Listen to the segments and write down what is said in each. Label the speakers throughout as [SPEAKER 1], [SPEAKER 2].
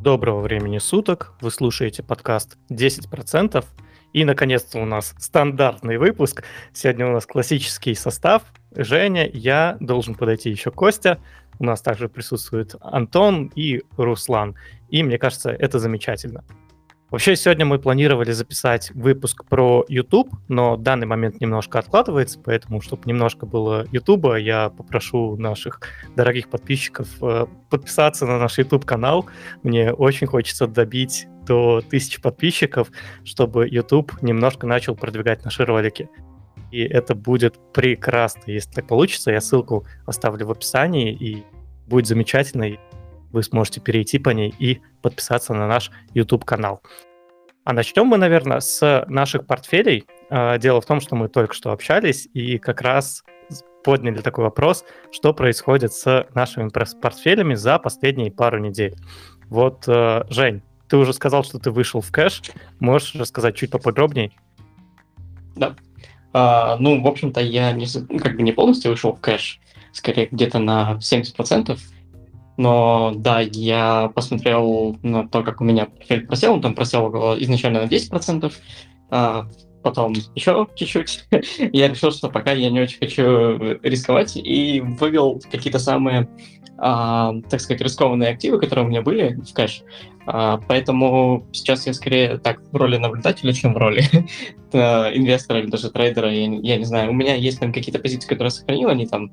[SPEAKER 1] Доброго времени суток. Вы слушаете подкаст 10%. И, наконец-то, у нас стандартный выпуск. Сегодня у нас классический состав. Женя, я, должен подойти еще Костя. У нас также присутствует Антон и Руслан. И, мне кажется, это замечательно. Вообще, сегодня мы планировали записать выпуск про YouTube, но данный момент немножко откладывается, поэтому, чтобы немножко было YouTube, я попрошу наших дорогих подписчиков подписаться на наш YouTube-канал. Мне очень хочется добить до 1000 подписчиков, чтобы YouTube немножко начал продвигать наши ролики. И это будет прекрасно, если так получится. Я ссылку оставлю в описании, и будет замечательно. Вы сможете перейти по ней и подписаться на наш YouTube-канал. А начнем мы, наверное, с наших портфелей. Дело в том, что мы только что общались и как раз подняли такой вопрос, что происходит с нашими портфелями за последние пару недель. Вот, Жень, ты уже сказал, что ты вышел в кэш. Можешь рассказать чуть поподробнее?
[SPEAKER 2] Да. В общем-то, я не полностью вышел в кэш, скорее где-то на 70%. Но да, я посмотрел на то, как у меня портфель просел. Он там просел изначально на 10%, потом еще чуть-чуть. Я решил, что пока я не очень хочу рисковать, и вывел какие-то самые, так сказать, рискованные активы, которые у меня были в кэш. Поэтому сейчас я скорее так в роли наблюдателя, чем в роли инвестора или даже трейдера. Я не знаю. У меня есть там какие-то позиции, которые я сохранил, они там,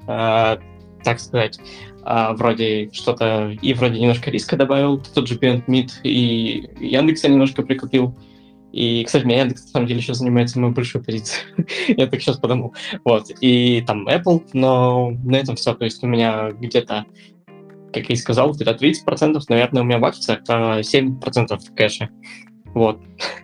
[SPEAKER 2] так сказать, вроде что-то, и вроде немножко риска добавил, тот же Beyond Meat, и Яндекс я немножко прикупил. И, кстати, меня Яндекс на самом деле сейчас занимает самую большую позицию. Я так сейчас подумал. Вот. И там Apple, но на этом все. То есть у меня где-то, как я и сказал, где-то 30%, наверное, у меня в акциях, 7% в кэше. Вот.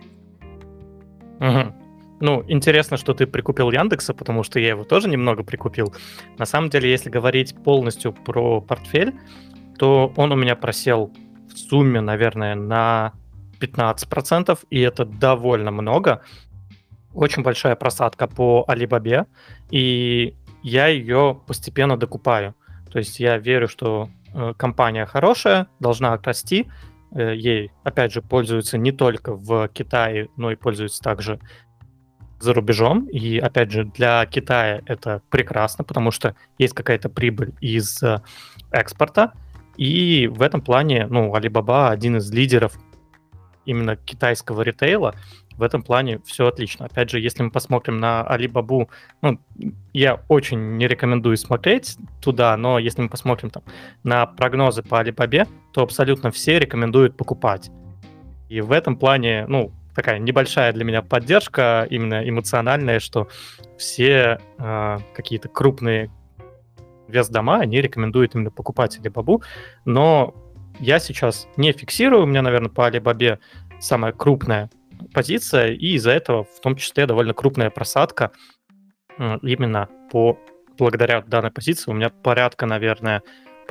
[SPEAKER 1] Угу. Ну, интересно, что ты прикупил Яндекса, потому что я его тоже немного прикупил. На самом деле, если говорить полностью про портфель, то он у меня просел в сумме, наверное, на 15%, и это довольно много. Очень большая просадка по Alibaba, и я ее постепенно докупаю. То есть я верю, что компания хорошая, должна расти. Ей, опять же, пользуются не только в Китае, но и пользуются также за рубежом. И, опять же, для Китая это прекрасно, потому что есть какая-то прибыль из экспорта. И в этом плане, Alibaba один из лидеров именно китайского ритейла. В этом плане все отлично. Опять же, если мы посмотрим на Alibaba, я очень не рекомендую смотреть туда, но если мы посмотрим там на прогнозы по Alibaba, то абсолютно все рекомендуют покупать. И в этом плане, такая небольшая для меня поддержка, именно эмоциональная, что все какие-то крупные инвестдома, они рекомендуют именно покупать Alibaba, но я сейчас не фиксирую, у меня, наверное, по Alibaba самая крупная позиция, и из-за этого в том числе довольно крупная просадка именно благодаря данной позиции. У меня порядка, наверное,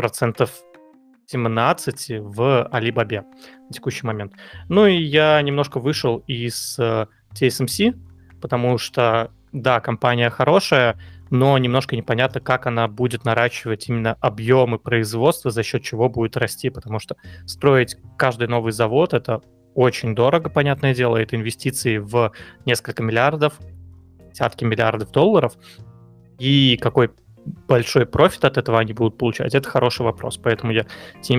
[SPEAKER 1] 17% в Alibaba на текущий момент. Ну и я немножко вышел из TSMC, потому что, да, компания хорошая, но немножко непонятно, как она будет наращивать именно объемы производства, за счет чего будет расти, потому что строить каждый новый завод — это очень дорого, понятное дело, это инвестиции в несколько миллиардов, десятки миллиардов долларов, и какой большой профит от этого они будут получать, это хороший вопрос, поэтому я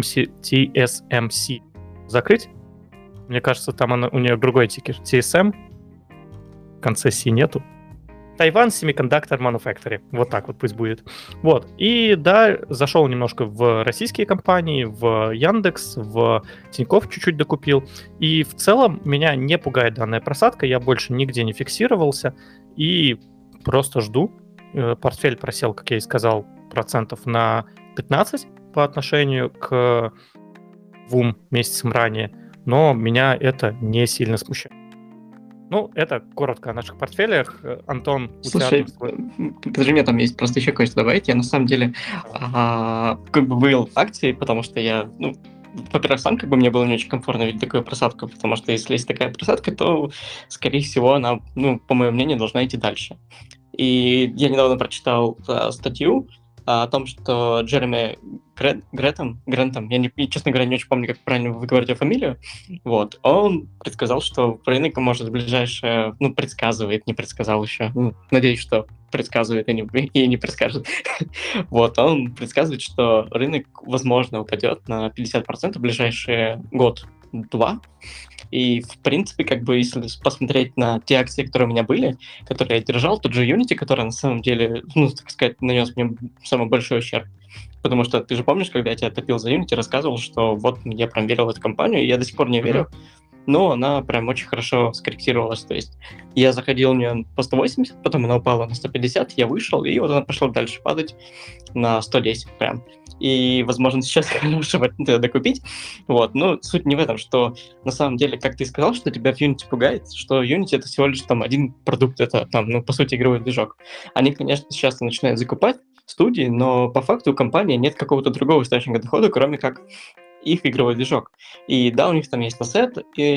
[SPEAKER 1] TSMC закрыть. Мне кажется, там у нее другой тикер, TSM, в конце C нету. Taiwan Semiconductor Manufacturing. Вот так вот пусть будет. Вот. И да, зашел немножко в российские компании, в Яндекс, в Тинькофф чуть-чуть докупил. И в целом меня не пугает данная просадка. Я больше нигде не фиксировался. И просто жду. Портфель просел, как я и сказал, процентов на 15 по отношению к 2 месяцам ранее. Но меня это не сильно смущает. Это коротко о наших портфелях. Антон,
[SPEAKER 2] Слушай, подожди, у меня там есть просто еще кое-что добавить. Я на самом деле вывел акции, потому что я, во-первых, сам мне было не очень комфортно видеть такую просадку, потому что если есть такая просадка, то, скорее всего, она, по моему мнению, должна идти дальше. И я недавно прочитал статью о том, что Джереми Грентом, я, честно говоря, не очень помню, как правильно вы говорите фамилию, вот, он предсказал, что рынок может в ближайшее, предсказывает, не предсказал еще, надеюсь, что предсказывает и не предскажет. Вот, он предсказывает, что рынок, возможно, упадет на 50% в ближайший год-два. И, в принципе, если посмотреть на те акции, которые у меня были, которые я держал, тот же Unity, который на самом деле, так сказать, нанес мне самый большой ущерб. Потому что ты же помнишь, когда я тебя топил за Unity, рассказывал, что вот я прям верил в эту компанию, и я до сих пор не верю, но она прям очень хорошо скорректировалась. То есть я заходил в нее по 180, потом она упала на 150, я вышел, и вот она пошла дальше падать на 110 прям. И, возможно, сейчас хорошо докупить. Вот. Но суть не в этом, что на самом деле, как ты сказал, что тебя в Unity пугает, что Unity — это всего лишь один продукт, это по сути, игровой движок. Они, конечно, сейчас начинают закупать студии, но по факту у компании нет какого-то другого источника дохода, кроме как их игровой движок. И да, у них там есть ассет,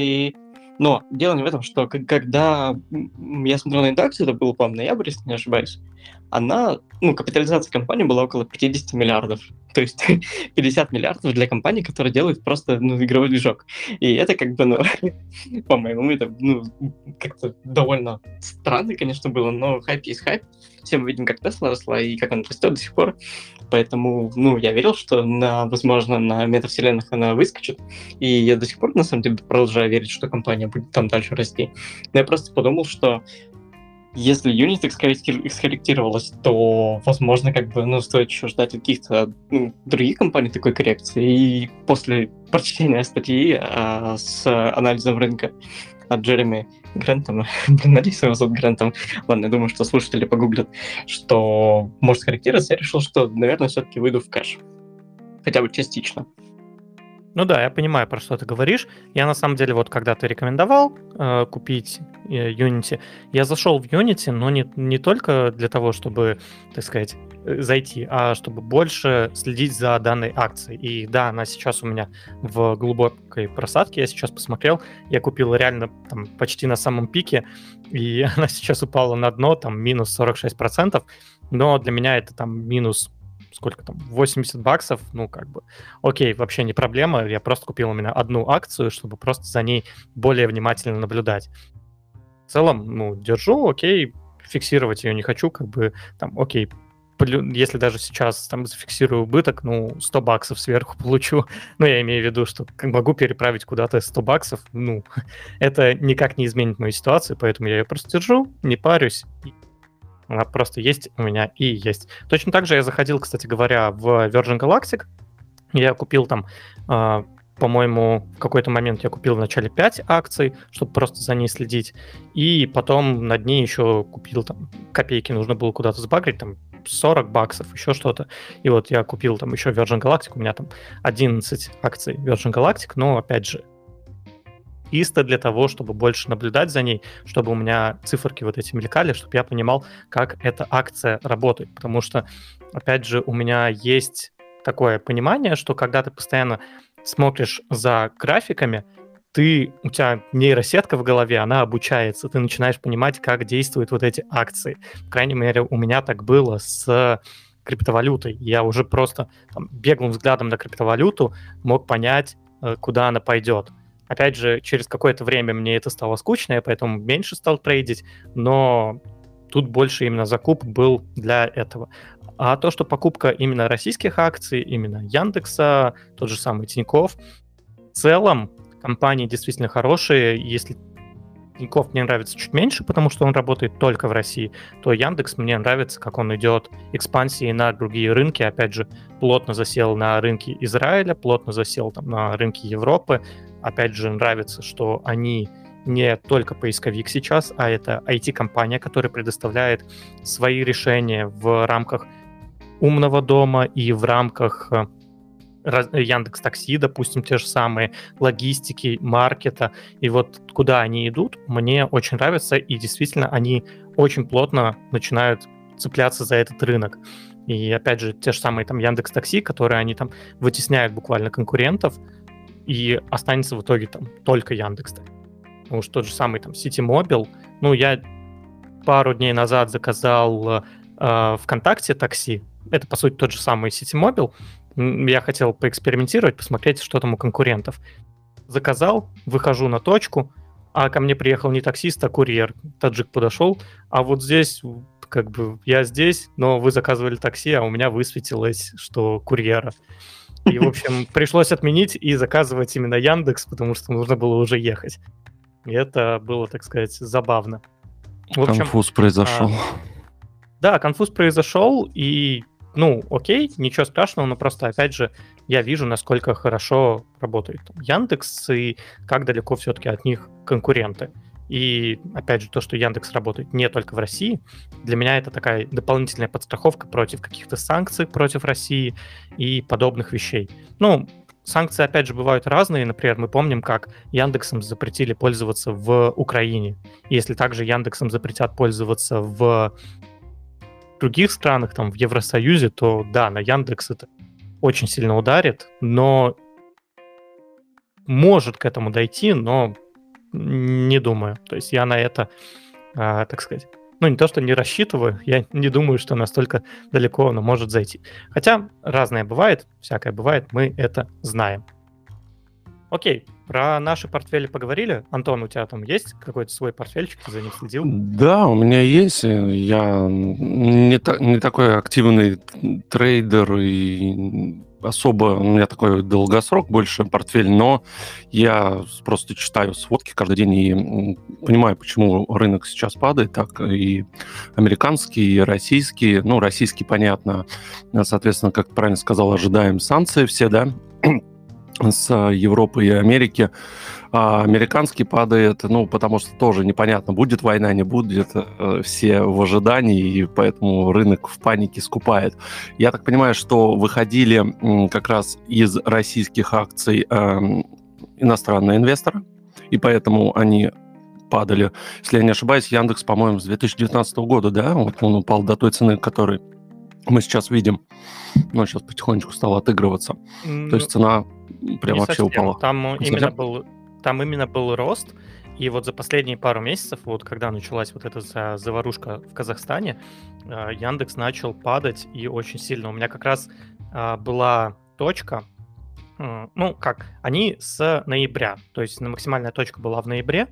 [SPEAKER 2] но дело не в этом, что когда я смотрел на индексацию, это был, по-моему, ноябрь, если не ошибаюсь, капитализация компании была около 50 миллиардов. То есть 50 миллиардов для компании, которая делает просто игровой движок. И это по-моему, это как-то довольно странно, конечно, было, но хайп есть хайп. Все мы видим, как Tesla росла и как она растет до сих пор. Поэтому, я верил, что, возможно, на метавселенных она выскочит. И я до сих пор, на самом деле, продолжаю верить, что компания будет там дальше расти. Но я просто подумал, что если Unity скорректировалась, то, возможно, стоит еще ждать каких-то других компаний такой коррекции. И после прочтения статьи с анализом рынка от Джереми Грентом, надеюсь, его зовут Грентом, ладно, я думаю, что слушатели погуглят, что может скорректироваться, я решил, что, наверное, все-таки выйду в кэш. Хотя бы частично.
[SPEAKER 1] Ну да, я понимаю, про что ты говоришь. Я на самом деле, вот когда ты рекомендовал купить Unity, я зашел в Unity, но не только для того, чтобы, так сказать, зайти, а чтобы больше следить за данной акцией. И да, она сейчас у меня в глубокой просадке. Я сейчас посмотрел, я купил реально там почти на самом пике, и она сейчас упала на дно, там минус 46%, но для меня это там минус сколько там, $80, окей, вообще не проблема, я просто купил именно одну акцию, чтобы просто за ней более внимательно наблюдать. В целом, держу, окей, фиксировать ее не хочу, окей, если даже сейчас там зафиксирую убыток, $100 сверху получу, я имею в виду, что могу переправить куда-то $100, это никак не изменит мою ситуацию, поэтому я ее просто держу, не парюсь. Она просто есть у меня и есть. Точно так же я заходил, кстати говоря, в Virgin Galactic. Я купил там, по-моему, в какой-то момент я купил вначале 5 акций, чтобы просто за ней следить. И потом на дне еще купил там копейки, нужно было куда-то сбагрить, там $40, еще что-то. И вот я купил там еще Virgin Galactic, у меня там 11 акций Virgin Galactic, но опять же, чисто для того, чтобы больше наблюдать за ней, чтобы у меня циферки вот эти мелькали, чтобы я понимал, как эта акция работает. Потому что, опять же, у меня есть такое понимание, что когда ты постоянно смотришь за графиками, у тебя нейросетка в голове, она обучается, ты начинаешь понимать, как действуют вот эти акции. По крайней мере, у меня так было с криптовалютой. Я уже просто беглым взглядом на криптовалюту мог понять, куда она пойдет. Опять же, через какое-то время мне это стало скучно, я поэтому меньше стал трейдить, но тут больше именно закуп был для этого. А то, что покупка именно российских акций, именно Яндекса, тот же самый Тинькофф, в целом компании действительно хорошие. Если Тинькофф мне нравится чуть меньше, потому что он работает только в России, то Яндекс мне нравится, как он идет экспансией на другие рынки. Опять же, плотно засел на рынке Израиля, плотно засел там на рынке Европы. Опять же, нравится, что они не только поисковик сейчас, а это IT-компания, которая предоставляет свои решения в рамках умного дома и в рамках Яндекс.Такси, допустим, те же самые, логистики, маркета. И вот куда они идут, мне очень нравится, и действительно они очень плотно начинают цепляться за этот рынок. И опять же, те же самые там Яндекс.Такси, которые они там вытесняют буквально конкурентов, и останется в итоге там только Яндекс. Потому что тот же самый там Ситимобил, я пару дней назад заказал ВКонтакте такси, это, по сути, тот же самый Ситимобил, Я хотел поэкспериментировать, посмотреть, что там у конкурентов. Заказал, выхожу на точку, а ко мне приехал не таксист, а курьер. Таджик подошел, а вот здесь, как бы, я здесь, но вы заказывали такси, а у меня высветилось, что курьера. И, в общем, пришлось отменить и заказывать именно Яндекс, потому что нужно было уже ехать. И это было, так сказать, забавно. В общем,
[SPEAKER 3] Конфуз произошел.
[SPEAKER 1] да, конфуз произошел, и, окей, ничего страшного, но просто, опять же, я вижу, насколько хорошо работает Яндекс и как далеко все-таки от них конкуренты. И, опять же, то, что Яндекс работает не только в России, для меня это такая дополнительная подстраховка против каких-то санкций против России и подобных вещей. Санкции, опять же, бывают разные. Например, мы помним, как Яндексом запретили пользоваться в Украине. Если также Яндексом запретят пользоваться в других странах, там, в Евросоюзе, то да, на Яндекс это очень сильно ударит, но может к этому дойти, но не думаю. То есть я на это, так сказать, не то, что не рассчитываю, я не думаю, что настолько далеко оно может зайти. Хотя разное бывает, всякое бывает, мы это знаем. Окей, про наши портфели поговорили. Антон, у тебя там есть какой-то свой портфельчик, ты за ним следил?
[SPEAKER 3] Да, у меня есть. Я не такой активный трейдер и особо у меня такой долгосрок больше портфель, но я просто читаю сводки каждый день и понимаю, почему рынок сейчас падает, так и американский, и российский. Российский, понятно, соответственно, как ты правильно сказал, ожидаем санкции все, да, с Европы и Америки. А американский падает, потому что тоже непонятно, будет война, не будет, все в ожидании, и поэтому рынок в панике скупает. Я так понимаю, что выходили как раз из российских акций иностранные инвесторы, и поэтому они падали. Если я не ошибаюсь, Яндекс, по-моему, с 2019 года, да, вот он упал до той цены, которую мы сейчас видим. Но сейчас потихонечку стало отыгрываться. То есть цена прям вообще
[SPEAKER 1] совсем.
[SPEAKER 3] упала.
[SPEAKER 1] Там именно был рост, и вот за последние пару месяцев, вот когда началась вот эта заварушка в Казахстане, Яндекс начал падать и очень сильно. У меня как раз была точка, они с ноября, то есть максимальная точка была в ноябре,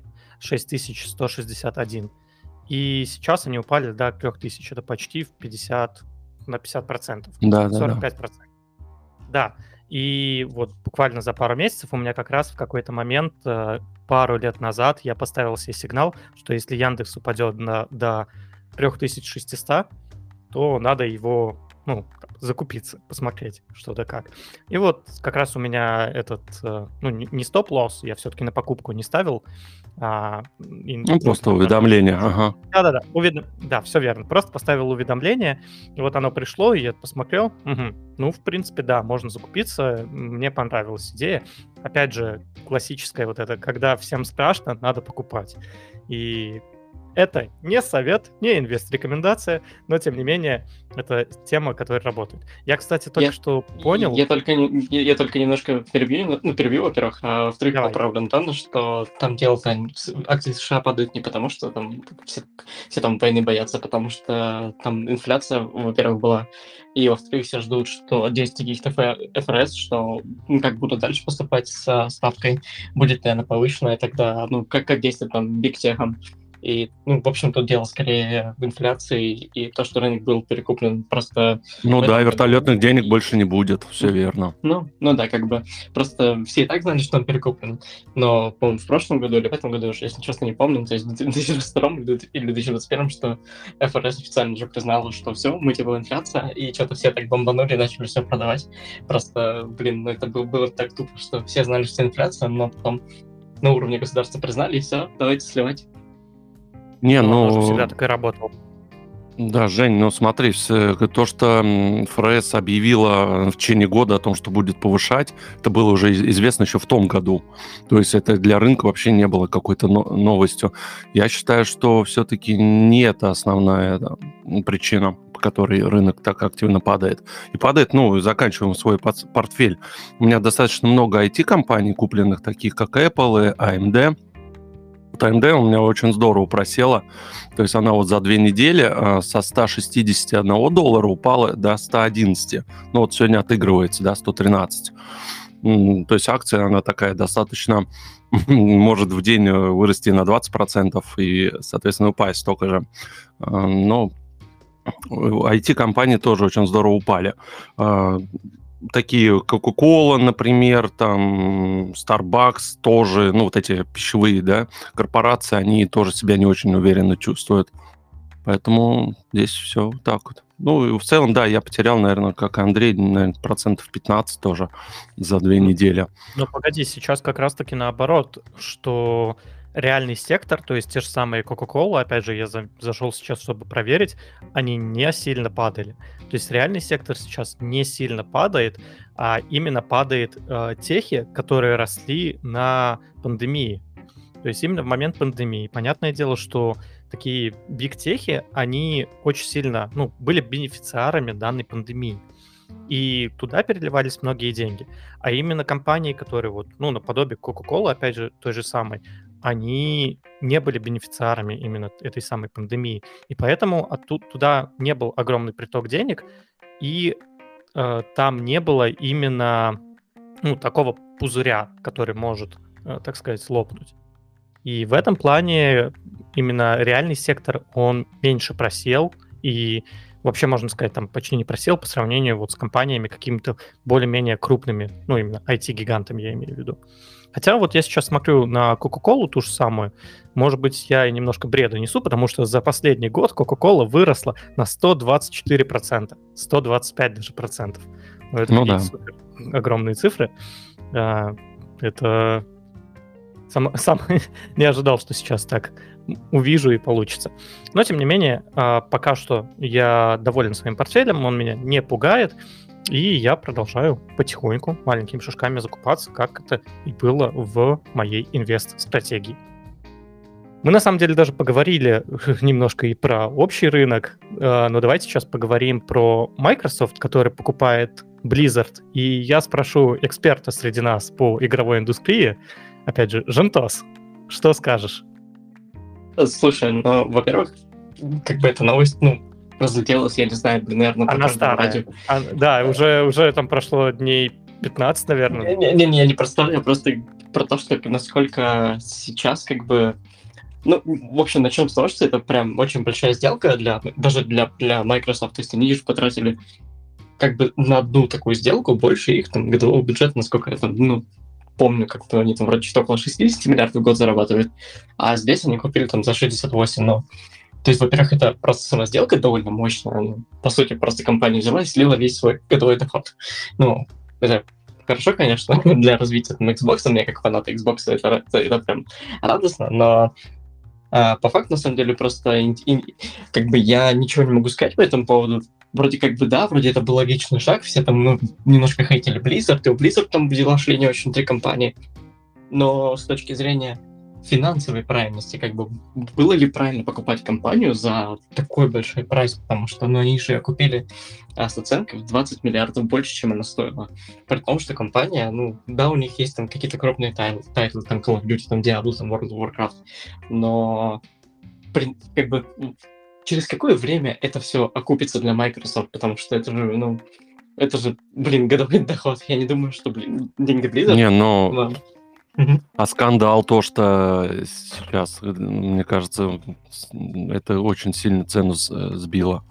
[SPEAKER 1] 6161, и сейчас они упали до 3000, это почти на 50%,
[SPEAKER 3] Да.
[SPEAKER 1] 45%. Да, и вот буквально за пару месяцев у меня как раз в какой-то момент, пару лет назад, я поставил себе сигнал, что если Яндекс упадет до 3600, то надо его, закупиться, посмотреть, что да как. И вот как раз у меня этот, не стоп-лосс, я все-таки на покупку не ставил.
[SPEAKER 3] Просто уведомление, ага.
[SPEAKER 1] Да, да, все верно. Просто поставил уведомление, и вот оно пришло, и я посмотрел. В принципе, да, можно закупиться. Мне понравилась идея. Опять же, классическая вот это, когда всем страшно, надо покупать. И это не совет, не инвест-рекомендация, но, тем не менее, это тема, которая работает. Я, кстати, только что понял...
[SPEAKER 2] Я только немножко перебью, во-первых, а во-вторых, поправлю Антона, что там дело-то акции США падают не потому, что там все там войны боятся, а потому что там инфляция, во-первых, была, и, во-вторых, все ждут, что действия каких-то ФРС, что как будут дальше поступать со ставкой, будет, наверное, повышенная тогда, как действует там Big Tech. И, в общем, тут дело скорее в инфляции и то, что рынок был перекуплен просто...
[SPEAKER 3] вертолетных денег больше не будет, все верно.
[SPEAKER 2] Да, просто все и так знали, что он перекуплен, но, по-моему, в прошлом году или в этом году уже, если честно, не помню, то есть в 2022 или 2021, что ФРС официально уже признала, что все, мы инфляция, и что-то все так бомбанули и начали все продавать. Просто, это было так тупо, что все знали, что инфляция, но потом на уровне государства признали, и все, давайте сливать.
[SPEAKER 1] Оно же всегда так и работало.
[SPEAKER 3] Да, Жень, смотри, то, что ФРС объявила в течение года о том, что будет повышать, это было уже известно еще в том году. То есть это для рынка вообще не было какой-то новостью. Я считаю, что все-таки не это основная причина, по которой рынок так активно падает. И падает, заканчиваем свой портфель. У меня достаточно много IT-компаний, купленных таких как Apple и AMD. крипто AMD у меня очень здорово просела. То есть она вот за 2 недели со $161 упала до 111. Ну вот сегодня отыгрывается, да, 113. То есть акция, она такая достаточно, может в день вырасти на 20% и, соответственно, упасть столько же. Но IT-компании тоже очень здорово упали. Такие Coca-Cola, например, там Starbucks тоже, ну вот эти пищевые, да, корпорации, они тоже себя не очень уверенно чувствуют. Поэтому здесь все так вот. Ну, и в целом, да, я потерял, наверное, как и Андрей, наверное, 15% тоже за 2 недели.
[SPEAKER 1] Но погоди, сейчас как раз-таки наоборот, что реальный сектор, то есть те же самые Coca-Cola, опять же, я зашел сейчас, чтобы проверить, они не сильно падали. То есть реальный сектор сейчас не сильно падает, а именно падает техи, которые росли на пандемии. То есть именно в момент пандемии. Понятное дело, что такие биг-техи, они очень сильно, ну, были бенефициарами данной пандемии. И туда переливались многие деньги. А именно компании, которые вот, ну, наподобие Coca-Cola, опять же, той же самой, они не были бенефициарами именно этой самой пандемии. И поэтому туда не был огромный приток денег, и там не было именно, ну, такого пузыря, который может, так сказать, лопнуть. И в этом плане именно реальный сектор, он меньше просел, и вообще, можно сказать, там почти не просел по сравнению вот с компаниями какими-то более-менее крупными, ну, именно IT-гигантами, я имею в виду. Хотя вот я сейчас смотрю на Coca-Cola ту же самую, может быть, я и немножко бреда несу, потому что за последний год Coca-Cola выросла на 124%, 125 даже процентов. Это
[SPEAKER 3] Ну да.
[SPEAKER 1] супер огромные цифры. Это... Сам не ожидал, что сейчас так увижу и получится. Но, тем не менее, пока что я доволен своим портфелем, он меня не пугает, и я продолжаю потихоньку, маленькими шажками закупаться, как это и было в моей инвест-стратегии. Мы, на самом деле, даже поговорили немножко и про общий рынок, но давайте сейчас поговорим про Microsoft, который покупает Blizzard. И я спрошу эксперта среди нас по игровой индустрии, опять же, Жентос, что скажешь?
[SPEAKER 2] Слушай, ну, во-первых, как бы эта новость, ну, разлетелась, я не знаю, наверное, по
[SPEAKER 1] Она
[SPEAKER 2] каждому
[SPEAKER 1] старая.
[SPEAKER 2] радио.
[SPEAKER 1] Да, уже там прошло дней 15, наверное.
[SPEAKER 2] Не, не про старое, а просто про то, что насколько сейчас как бы... Ну, в общем, на чем сложится, это прям очень большая сделка даже для Microsoft. То есть они же потратили как бы на одну такую сделку больше их там годового бюджета, насколько я там, ну, помню, как-то они там вроде что-то около 60 миллиардов в год зарабатывают, а здесь они купили там за 68, ну. То есть, во-первых, это просто сама сделка довольно мощная. Ну, по сути, просто компания взяла и слила весь свой годовой доход. Ну, это хорошо, конечно, для развития там, Xbox, мне как фаната Xbox это прям радостно, но по факту, на самом деле, просто как бы я ничего не могу сказать по этому поводу. Вроде как бы да, вроде это был логичный шаг, все там немножко хейтили Blizzard, и у Blizzard там дела шли не очень 3 компании. Но с точки зрения финансовой правильности, как бы было ли правильно покупать компанию за такой большой прайс, потому что ну, они же купили с оценкой в 20 миллиардов больше, чем она стоила. При том, что компания, ну, да, у них есть там какие-то крупные тайтлы, там Call of Duty, там Diablo, там World of Warcraft, но как бы через какое время это все окупится для Microsoft, потому что это же, ну, блин, годовой доход. Я не думаю, что, блин, деньги Blizzard...
[SPEAKER 3] Не, но... А скандал, то, что сейчас, мне кажется, это очень сильно цену сбило.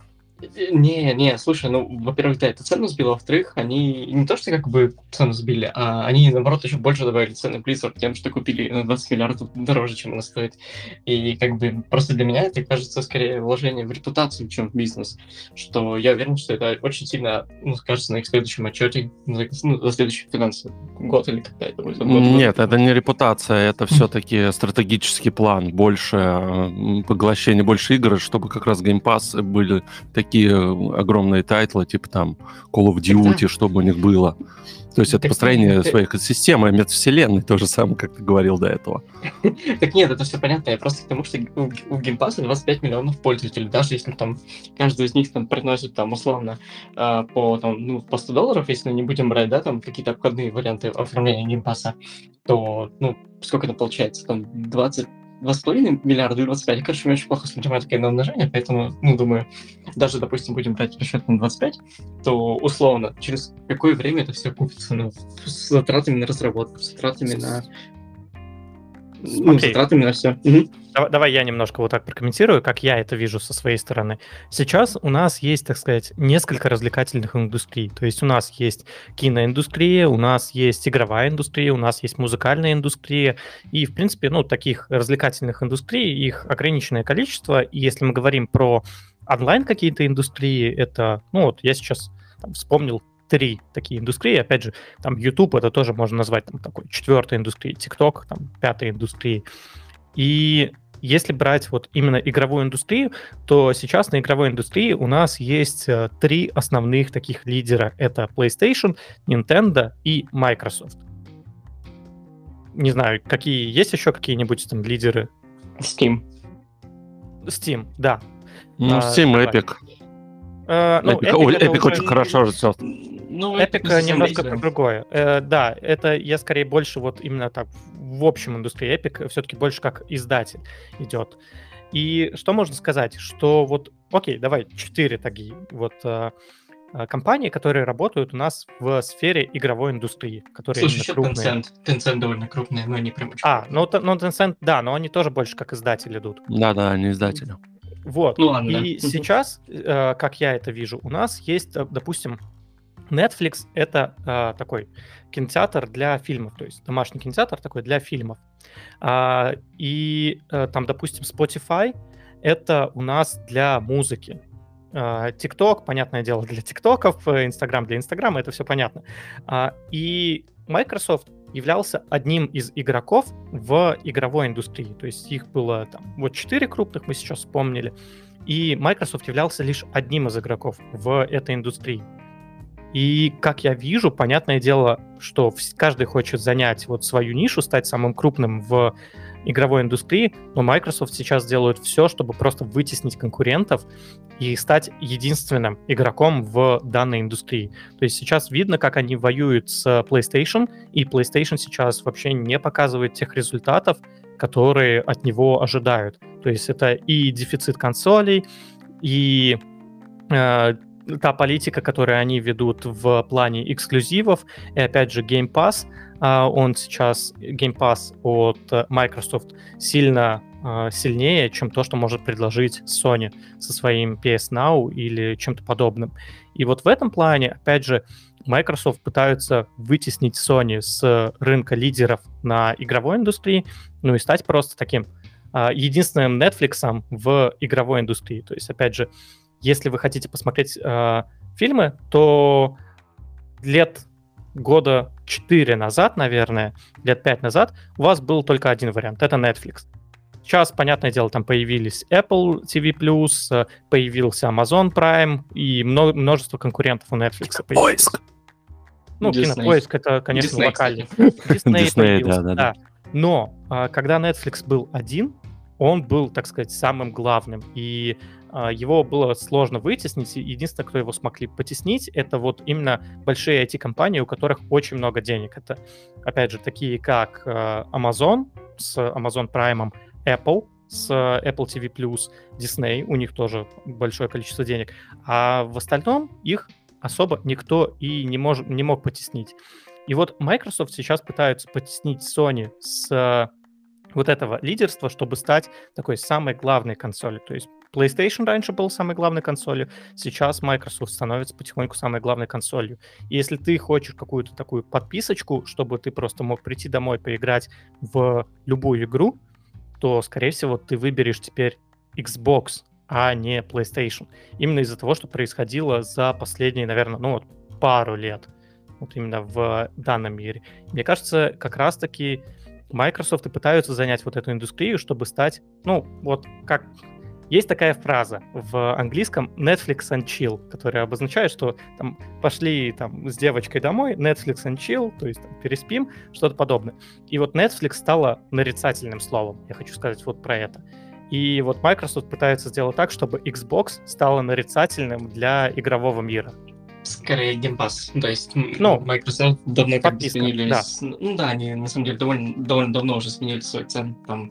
[SPEAKER 2] Не, слушай, ну, во-первых, да, это цену сбило, во-вторых, они не то, что как бы цену сбили, а они, наоборот, еще больше добавили цены Blizzard тем, что купили на 20 миллиардов дороже, чем она стоит. И как бы просто для меня это кажется скорее вложение в репутацию, чем в бизнес, что я уверен, что это очень сильно, ну, скажется на их следующем отчете, за следующий финансовый год или когда это будет.
[SPEAKER 3] Нет, это не репутация, это все-таки стратегический план, больше поглощение, больше игр, чтобы как раз Game Pass были такие огромные тайтлы, типа там Call of Duty, чтобы у них было. То есть это построение своей экосистемы, метавселенной, то же самое, как ты говорил до этого.
[SPEAKER 2] Так нет, это все понятно. Я просто к тому, что у Game Pass 25 миллионов пользователей. Даже если там каждый из них там приносит там условно по $100, если не будем брать, да, там какие-то обходные варианты оформления Game Pass, то, ну, сколько это получается? Там 20 2,5 миллиарда и 25. Короче, у меня очень плохо с математикой на умножение, поэтому, думаю, даже, допустим, будем брать расчет на 25, то, условно, через какое время это все купится, с затратами на разработку, с затратами на... затратами на все.
[SPEAKER 1] Давай я немножко вот так прокомментирую, как я это вижу со своей стороны. Сейчас у нас есть, так сказать, несколько развлекательных индустрий. То есть у нас есть киноиндустрия, у нас есть игровая индустрия, у нас есть музыкальная индустрия. И, в принципе, таких развлекательных индустрий, их ограниченное количество. И если мы говорим про онлайн какие-то индустрии, это, я сейчас вспомнил 3 такие индустрии. Опять же, там YouTube это тоже можно назвать такой 4-й индустрией, TikTok 5-й индустрией. И если брать вот именно игровую индустрию, то сейчас на игровой индустрии у нас есть 3 основных таких лидера. Это PlayStation, Nintendo и Microsoft. Не знаю, есть еще какие-нибудь там лидеры?
[SPEAKER 2] Steam,
[SPEAKER 1] да.
[SPEAKER 3] Steam, Epic. Epic очень хорошо растет.
[SPEAKER 1] Epic немножко про другое. Да, это я скорее больше вот именно так в общем индустрии. Epic все-таки больше как издатель идет. И что можно сказать? Что вот, окей, давай 4 такие вот компании, которые работают у нас в сфере игровой индустрии, которые
[SPEAKER 2] слушай, еще крупные. Tencent довольно крупные, но они прям очень
[SPEAKER 1] крупные. Tencent, да, но они тоже больше как издатель идут.
[SPEAKER 3] Да, они издатели.
[SPEAKER 1] Вот. Сейчас, как я это вижу, у нас есть, допустим, Netflix — это такой кинотеатр для фильмов, то есть домашний кинотеатр такой для фильмов. И там, допустим, Spotify — это у нас для музыки. TikTok, понятное дело, для ТикТоков, Instagram для Инстаграма, это все понятно. И Microsoft являлся одним из игроков в игровой индустрии. То есть их было 4 крупных, мы сейчас вспомнили. И Microsoft являлся лишь одним из игроков в этой индустрии. И, как я вижу, понятное дело, что каждый хочет занять вот свою нишу, стать самым крупным в игровой индустрии, но Microsoft сейчас делает все, чтобы просто вытеснить конкурентов и стать единственным игроком в данной индустрии. То есть сейчас видно, как они воюют с PlayStation, и PlayStation сейчас вообще не показывает тех результатов, которые от него ожидают. То есть это и дефицит консолей, и та политика, которую они ведут в плане эксклюзивов, и опять же Game Pass, Game Pass от Microsoft сильнее, чем то, что может предложить Sony со своим PS Now или чем-то подобным. И вот в этом плане, опять же, Microsoft пытаются вытеснить Sony с рынка лидеров на игровой индустрии, и стать просто таким единственным Netflix в игровой индустрии. То есть, опять же, если вы хотите посмотреть фильмы, то года 4 назад, наверное, лет 5 назад, у вас был только один вариант — это Netflix. Сейчас, понятное дело, там появились Apple TV+, появился Amazon Prime и множество конкурентов у Netflix.
[SPEAKER 3] Поиск.
[SPEAKER 1] Кинопоиск — это, конечно,
[SPEAKER 2] Disney,
[SPEAKER 1] локальный.
[SPEAKER 3] Disney
[SPEAKER 1] появился,
[SPEAKER 3] да.
[SPEAKER 1] Но когда Netflix был один, он был, так сказать, самым главным, и его было сложно вытеснить. Единственное, кто его смогли потеснить, это вот именно большие IT-компании, у которых очень много денег. Это, опять же, такие как Amazon с Amazon Prime, Apple с Apple TV+, Disney, у них тоже большое количество денег. А в остальном их особо никто и не мог потеснить. И вот Microsoft сейчас пытаются потеснить Sony с вот этого лидерства, чтобы стать такой самой главной консолью. То есть PlayStation раньше был самой главной консолью, сейчас Microsoft становится потихоньку самой главной консолью. И если ты хочешь какую-то такую подписочку, чтобы ты просто мог прийти домой, поиграть в любую игру, то, скорее всего, ты выберешь теперь Xbox, а не PlayStation. Именно из-за того, что происходило за последние, наверное, пару лет. Вот именно в данном мире. Мне кажется, как раз-таки Microsoft и пытаются занять вот эту индустрию, чтобы стать, как... Есть такая фраза в английском Netflix and chill, которая обозначает, что там пошли с девочкой домой, Netflix and chill, то есть переспим, что-то подобное. И вот Netflix стала нарицательным словом. Я хочу сказать вот про это. И вот Microsoft пытается сделать так, чтобы Xbox стала нарицательным для игрового мира.
[SPEAKER 2] Скорее Game Pass. То есть Microsoft давно как сменили... Да. Они на самом деле довольно давно уже сменили свой цен. Там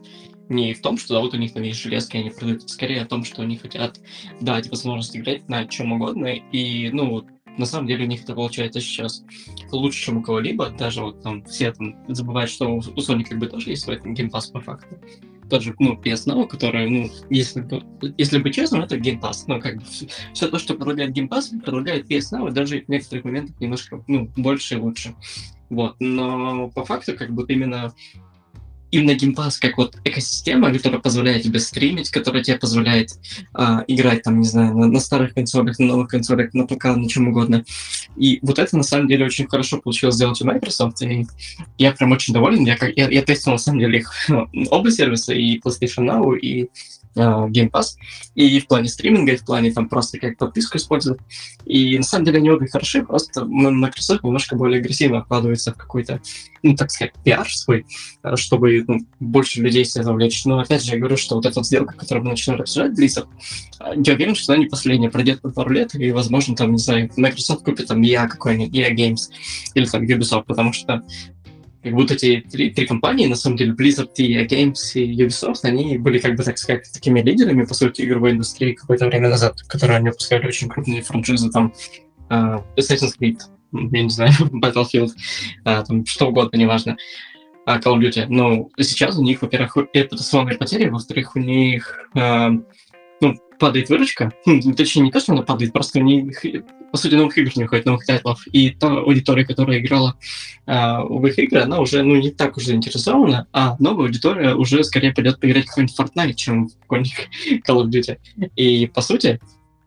[SPEAKER 2] не в том, что да, вот у них там есть железки, они продают, скорее о том, что они хотят дать возможность играть на чем угодно, и, ну, на самом деле у них это получается сейчас лучше, чем у кого-либо, даже вот там все там забывают, что у Sony как бы тоже есть свой там Game Pass по факту. Тот же, ну, PS Now, который, ну, если быть честным, это Game Pass, но как бы все то, что предлагает Game Pass, предлагает PS Now, и даже в некоторых моментах немножко, ну, больше и лучше. Вот, но по факту как бы именно Game Pass как вот экосистема, которая позволяет тебе стримить, которая тебе позволяет играть там, не знаю, на старых консолях, на новых консолях, на ПК, на чем угодно. И вот это на самом деле очень хорошо получилось сделать у Microsoft, и я прям очень доволен. Я тестил на самом деле их оба сервиса, и PlayStation Now, и Game Pass, и в плане стриминга, и в плане там просто как подписку использовать. И на самом деле они обе хороши, просто Microsoft немножко более агрессивно вкладывается в какой-то, ну, так сказать, пиар свой, чтобы больше людей себя завлечь. Но опять же, я говорю, что вот эта сделка, которую мы начинаем обсуждать, Blizzard, я уверен, что она не последняя, пройдет по пару лет, и, возможно, там, не знаю, Microsoft купит там EA какой-нибудь, EA Games, или там Ubisoft, потому что как будто эти три компании, на самом деле, Blizzard, EA Games и Ubisoft, они были, как бы, так сказать, такими лидерами, по сути, игровой индустрии какое-то время назад, которые они выпускали очень крупные франшизы, там, Assassin's Creed, я не знаю, Battlefield, там, что угодно, неважно, Call of Duty. Но сейчас у них, во-первых, репутационные потери, во-вторых, у них падает выручка. Точнее, не то, что она падает, просто у них, по сути, новых игр не выходит, новых тайтлов. И та аудитория, которая играла в их игры, она уже не так уж заинтересована, а новая аудитория уже скорее пойдет поиграть в какой-нибудь Fortnite, чем в какой-нибудь Call of Duty. И, по сути,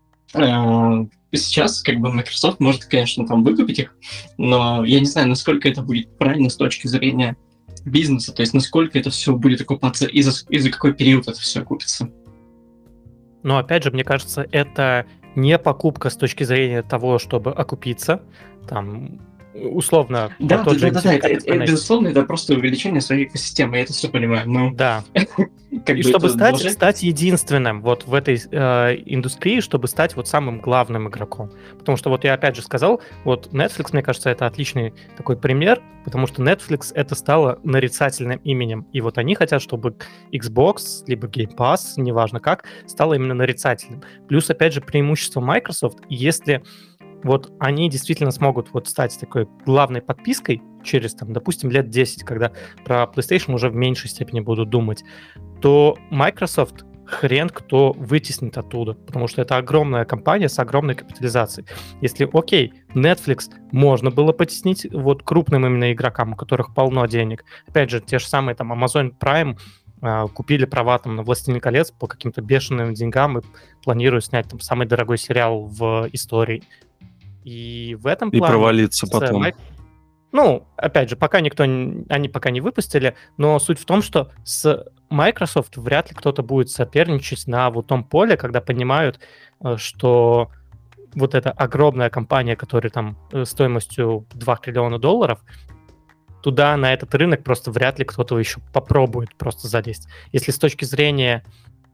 [SPEAKER 2] сейчас как бы Microsoft может, конечно, там выкупить их, но я не знаю, насколько это будет правильно с точки зрения бизнеса, то есть насколько это все будет окупаться и за какой период это все окупится.
[SPEAKER 1] Но опять же, мне кажется, это не покупка с точки зрения того, чтобы окупиться. Там, условно...
[SPEAKER 2] Да, это безусловно, это просто увеличение своей экосистемы, я это все понимаю, но...
[SPEAKER 1] Да. И чтобы стать единственным вот в этой индустрии, чтобы стать вот самым главным игроком. Потому что вот я опять же сказал, вот Netflix, мне кажется, это отличный такой пример, потому что Netflix это стало нарицательным именем. И вот они хотят, чтобы Xbox, либо Game Pass, неважно как, стало именно нарицательным. Плюс, опять же, преимущество Microsoft, если вот они действительно смогут вот стать такой главной подпиской через, там, допустим, лет 10, когда про PlayStation уже в меньшей степени будут думать, то Microsoft хрен кто вытеснит оттуда, потому что это огромная компания с огромной капитализацией. Если, окей, Netflix можно было потеснить вот крупным именно игрокам, у которых полно денег. Опять же, те же самые там Amazon Prime купили права там на «Властелин колец» по каким-то бешеным деньгам и планируют снять там самый дорогой сериал в истории. И в этом плане...
[SPEAKER 3] И провалиться потом.
[SPEAKER 1] Ну, опять же, они пока не выпустили, но суть в том, что с Microsoft вряд ли кто-то будет соперничать на вот том поле, когда понимают, что вот эта огромная компания, которая там стоимостью $2 триллиона, туда, на этот рынок, просто вряд ли кто-то еще попробует просто залезть. Если с точки зрения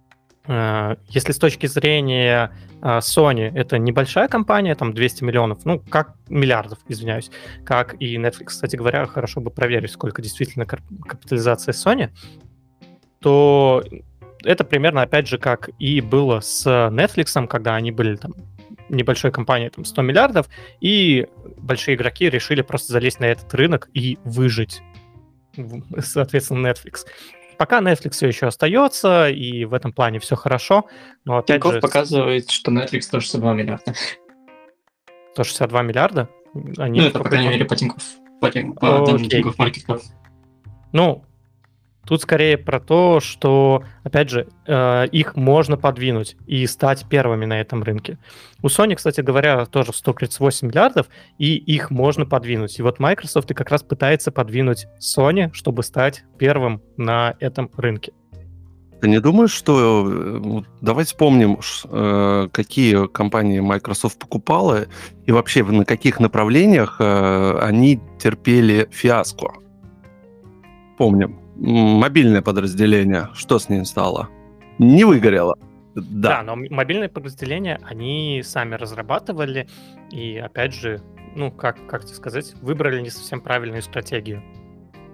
[SPEAKER 1] Sony это небольшая компания, там 200 миллионов, ну, как миллиардов, извиняюсь, как и Netflix, кстати говоря, хорошо бы проверить, сколько действительно капитализация Sony, то это примерно, опять же, как и было с Netflix, когда они были там небольшой компанией, там 100 миллиардов, и большие игроки решили просто залезть на этот рынок и выжить, соответственно, Netflix. Пока Netflix все еще остается, и в этом плане все хорошо, но опять
[SPEAKER 2] Тинькофф
[SPEAKER 1] же...
[SPEAKER 2] показывает, что Netflix 162 миллиарда.
[SPEAKER 1] 162 миллиарда? Они
[SPEAKER 2] это, по крайней мере, по Тинькофф. По Тинькофф Маркет Кап.
[SPEAKER 1] Ну, тут скорее про то, что, опять же, их можно подвинуть и стать первыми на этом рынке. У Sony, кстати говоря, тоже 138 миллиардов, и их можно подвинуть. И вот Microsoft и как раз пытается подвинуть Sony, чтобы стать первым на этом рынке.
[SPEAKER 3] Ты не думаешь, что... Давай вспомним, какие компании Microsoft покупала, и вообще на каких направлениях они терпели фиаско? Помним. Мобильное подразделение, что с ним стало? Не выгорело.
[SPEAKER 1] Да, но мобильные подразделения они сами разрабатывали, и опять же, ну, как тебе сказать, выбрали не совсем правильную стратегию.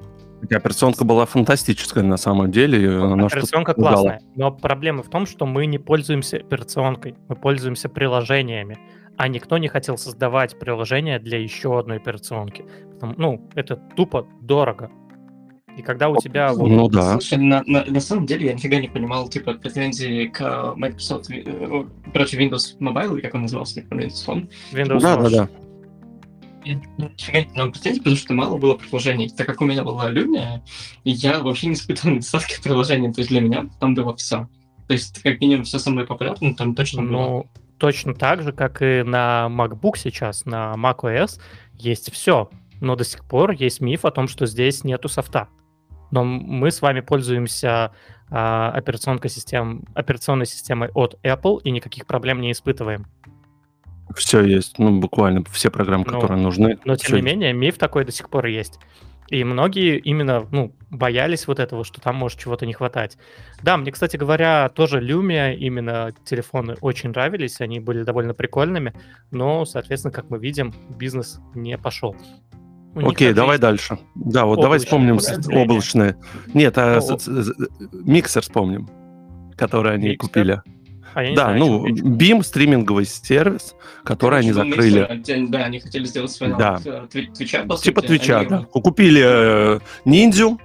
[SPEAKER 3] Хотя операционка была фантастическая на самом деле. Она
[SPEAKER 1] Операционка классная, но проблема в том, что мы не пользуемся операционкой, мы пользуемся приложениями, а никто не хотел создавать приложение для еще одной операционки. Это тупо дорого. И когда у тебя...
[SPEAKER 3] Ну да.
[SPEAKER 2] Слушай, на самом деле я нифига не понимал, типа, претензии к Microsoft, Windows Mobile, или как он назывался, не помню, Windows Phone.
[SPEAKER 1] Windows Watch.
[SPEAKER 3] Да.
[SPEAKER 2] Я нифига не понимал претензий, потому что мало было приложений. Так как у меня была Lumia, я вообще не испытывал недостатки приложений, то есть для меня там было все. То есть, как минимум, все самое популярное там точно было.
[SPEAKER 1] Точно так же, как и на MacBook сейчас, на macOS есть все, но до сих пор есть миф о том, что здесь нету софта. Но мы с вами пользуемся операционной системой от Apple и никаких проблем не испытываем.
[SPEAKER 3] Все есть, буквально все программы, которые нужны.
[SPEAKER 1] Но, тем не менее, миф такой до сих пор есть. И многие именно боялись вот этого, что там может чего-то не хватать. Да, мне, кстати говоря, тоже Lumia, именно телефоны очень нравились, они были довольно прикольными, но, соответственно, как мы видим, бизнес не пошел.
[SPEAKER 3] Окей, давай дальше. Да, вот давай вспомним облачные. Нет, миксер вспомним, который они купили. Да, Beam стриминговый сервис, который они закрыли.
[SPEAKER 2] Да, они хотели сделать свой аналог Твича, по сути.
[SPEAKER 3] Типа Твича, да. Купили Ниндзю,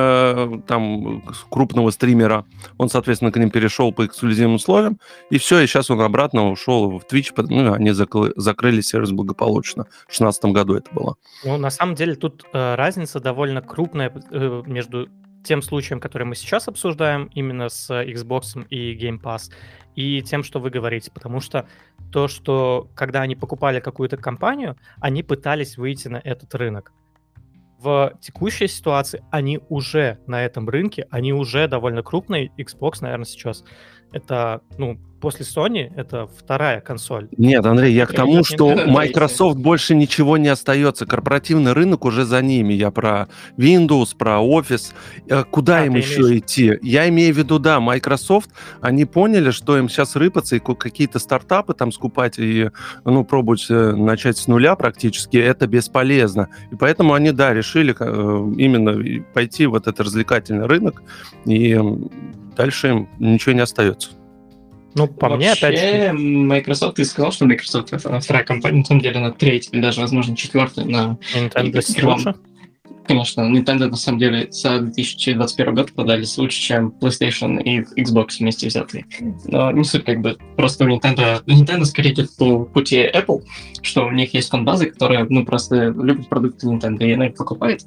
[SPEAKER 3] там, крупного стримера. Он, соответственно, к ним перешел по эксклюзивным условиям, и все, и сейчас он обратно ушел в Twitch, они закрыли сервис благополучно. В 2016 году это было.
[SPEAKER 1] На самом деле, тут разница довольно крупная между тем случаем, который мы сейчас обсуждаем, именно с Xbox и Game Pass, и тем, что вы говорите, потому что то, что когда они покупали какую-то компанию, они пытались выйти на этот рынок. В текущей ситуации они уже на этом рынке, они уже довольно крупные. Xbox, наверное, сейчас это, после Sony, это вторая консоль.
[SPEAKER 3] Нет, Андрей, я к тому, что Microsoft больше ничего не остается. Корпоративный рынок уже за ними. Я про Windows, про Office. Куда им еще идти? Я имею в виду, да, Microsoft, они поняли, что им сейчас рыпаться и какие-то стартапы там скупать и, пробовать начать с нуля практически, это бесполезно. И поэтому они, да, решили именно пойти в этот развлекательный рынок, и дальше им ничего не остается.
[SPEAKER 1] Мне, опять же...
[SPEAKER 2] Microsoft, ты сказал, что Microsoft это вторая компания, на самом деле она третья, или даже, возможно, четвертая на...
[SPEAKER 1] Nintendo лучше?
[SPEAKER 2] Конечно, Nintendo, на самом деле, за 2021 год продались лучше, чем PlayStation и Xbox вместе взятые. Но не суть, просто у Nintendo скорее идет по пути Apple, что у них есть фан-базы, которые, просто любят продукты Nintendo, и она их покупает.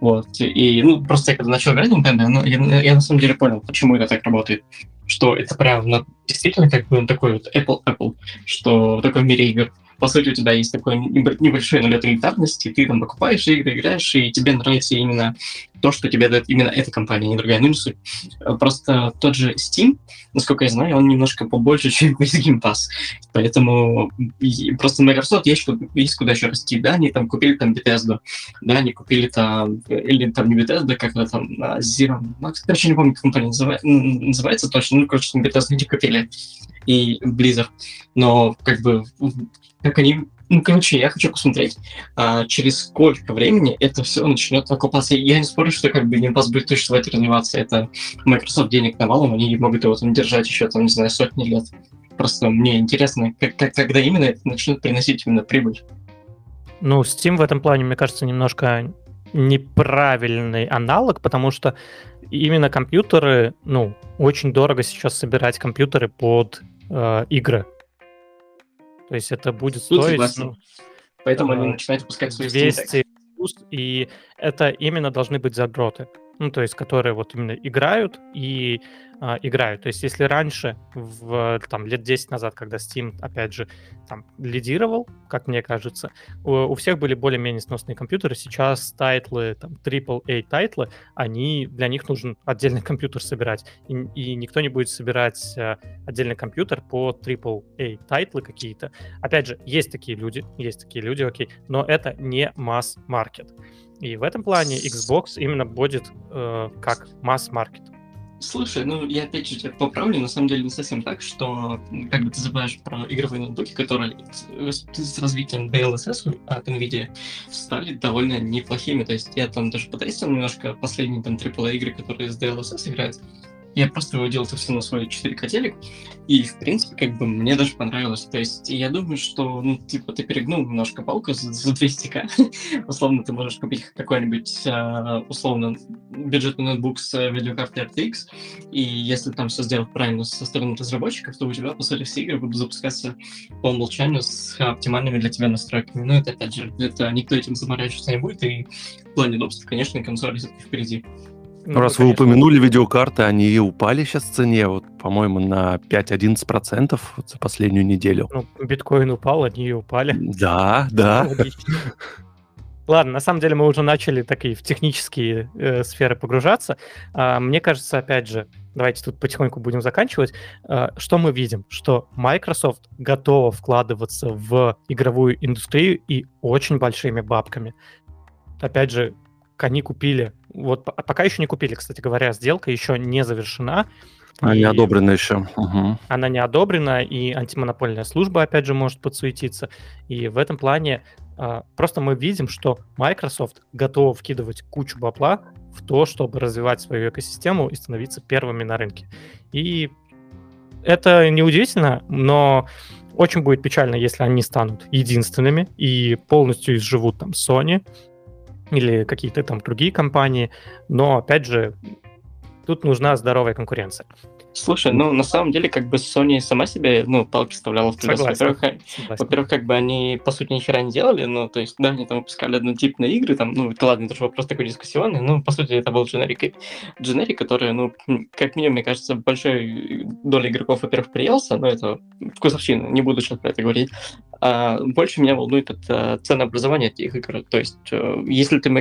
[SPEAKER 2] И, просто я когда начал играть в Nintendo, я на самом деле понял, почему это так работает. Что это прям действительно такой вот Apple, что такой в мире игр. По сути, у тебя есть такой небольшой налет элитарности, ты там покупаешь игры, играешь, и тебе нравится именно то, что тебе дает именно эта компания, а не другая. Не суть. Просто тот же Steam, насколько я знаю, он немножко побольше, чем весь Game Pass. Поэтому просто Microsoft есть куда еще расти. Да, они там купили Bethesda, да, они купили или там не Bethesda, как это там, Zero Max, короче, не помню, как компания называется точно, короче, Bethesda не купили, и Blizzard. Но, как они... я хочу посмотреть, через сколько времени это все начнет окупаться. Я не спорю, что Game Pass будет точно в это развиваться. Это Microsoft денег навалом, они могут его там держать еще, не знаю, сотни лет. Просто мне интересно, когда именно это начнет приносить именно прибыль.
[SPEAKER 1] Steam в этом плане, мне кажется, немножко неправильный аналог, потому что именно компьютеры, очень дорого сейчас собирать компьютеры под игры. То есть это будет стоить...
[SPEAKER 2] Поэтому они начинают выпускать свои
[SPEAKER 1] 200 плюс, и это именно должны быть задроты. То есть которые именно играют и играют. То есть если раньше, лет 10 назад, когда Steam, опять же, лидировал, как мне кажется, у всех были более-менее сносные компьютеры. Сейчас тайтлы, AAA тайтлы, для них нужен отдельный компьютер собирать. И никто не будет собирать отдельный компьютер по AAA тайтлы какие-то. Опять же, есть такие люди, окей, но это не масс-маркет. И в этом плане Xbox именно будет как масс-маркет.
[SPEAKER 2] Слушай, ну я опять же тебя поправлю, на самом деле не совсем так, что как бы ты забываешь про игровые ноутбуки, которые с развитием DLSS от NVIDIA стали довольно неплохими. То есть я там даже потестил немножко последние там AAA игры, которые с DLSS играют. Я просто выводил это все на свой 4К телек, и, в принципе, как бы мне даже понравилось. То есть я думаю, что, ну, типа, ты перегнул немножко палку за 200К. Условно, ты можешь купить какой-нибудь, условно, бюджетный ноутбук с видеокартой RTX, и если там все сделать правильно со стороны разработчиков, то у тебя, по сути, все игры будут запускаться по умолчанию с оптимальными для тебя настройками. Но это, опять же, это никто этим заморачиваться не будет, и в плане удобства, конечно, консоли все-таки впереди.
[SPEAKER 3] Ну, раз вы упомянули видеокарты, они упали сейчас в цене, вот, по-моему, на 5-11% вот за последнюю неделю.
[SPEAKER 1] Ну, биткоин упал, они и упали.
[SPEAKER 3] Да, да.
[SPEAKER 1] Ладно, на самом деле мы уже начали такие в технические сферы погружаться. Мне кажется, опять же, давайте тут потихоньку будем заканчивать. Что мы видим? Что Microsoft готова вкладываться в игровую индустрию и очень большими бабками. Опять же, они купили, вот пока еще не купили, кстати говоря, сделка еще не завершена.
[SPEAKER 3] Она не одобрена еще. Угу.
[SPEAKER 1] Она не одобрена, и антимонопольная служба, опять же, может подсуетиться. И в этом плане просто мы видим, что Microsoft готова вкидывать кучу бабла в то, чтобы развивать свою экосистему и становиться первыми на рынке. И это неудивительно, но очень будет печально, если они станут единственными и полностью изживут там Sony или какие-то там другие компании. Но, опять же, тут нужна здоровая конкуренция.
[SPEAKER 2] Слушай, ну, на самом деле, как бы Sony сама себе, ну, палки вставляла в колеса. Во-первых, как бы они, по сути, ни хера не делали, ну, то есть, да, они там выпускали однотипные игры, там, ну, это ладно, это же вопрос такой дискуссионный, но, по сути, это был дженерик, который, ну, как минимум, мне кажется, большой долей игроков, во-первых, приелся, но это вкусовщина, не буду сейчас про это говорить. Больше меня волнует это ценообразование этих игр, то есть, если ты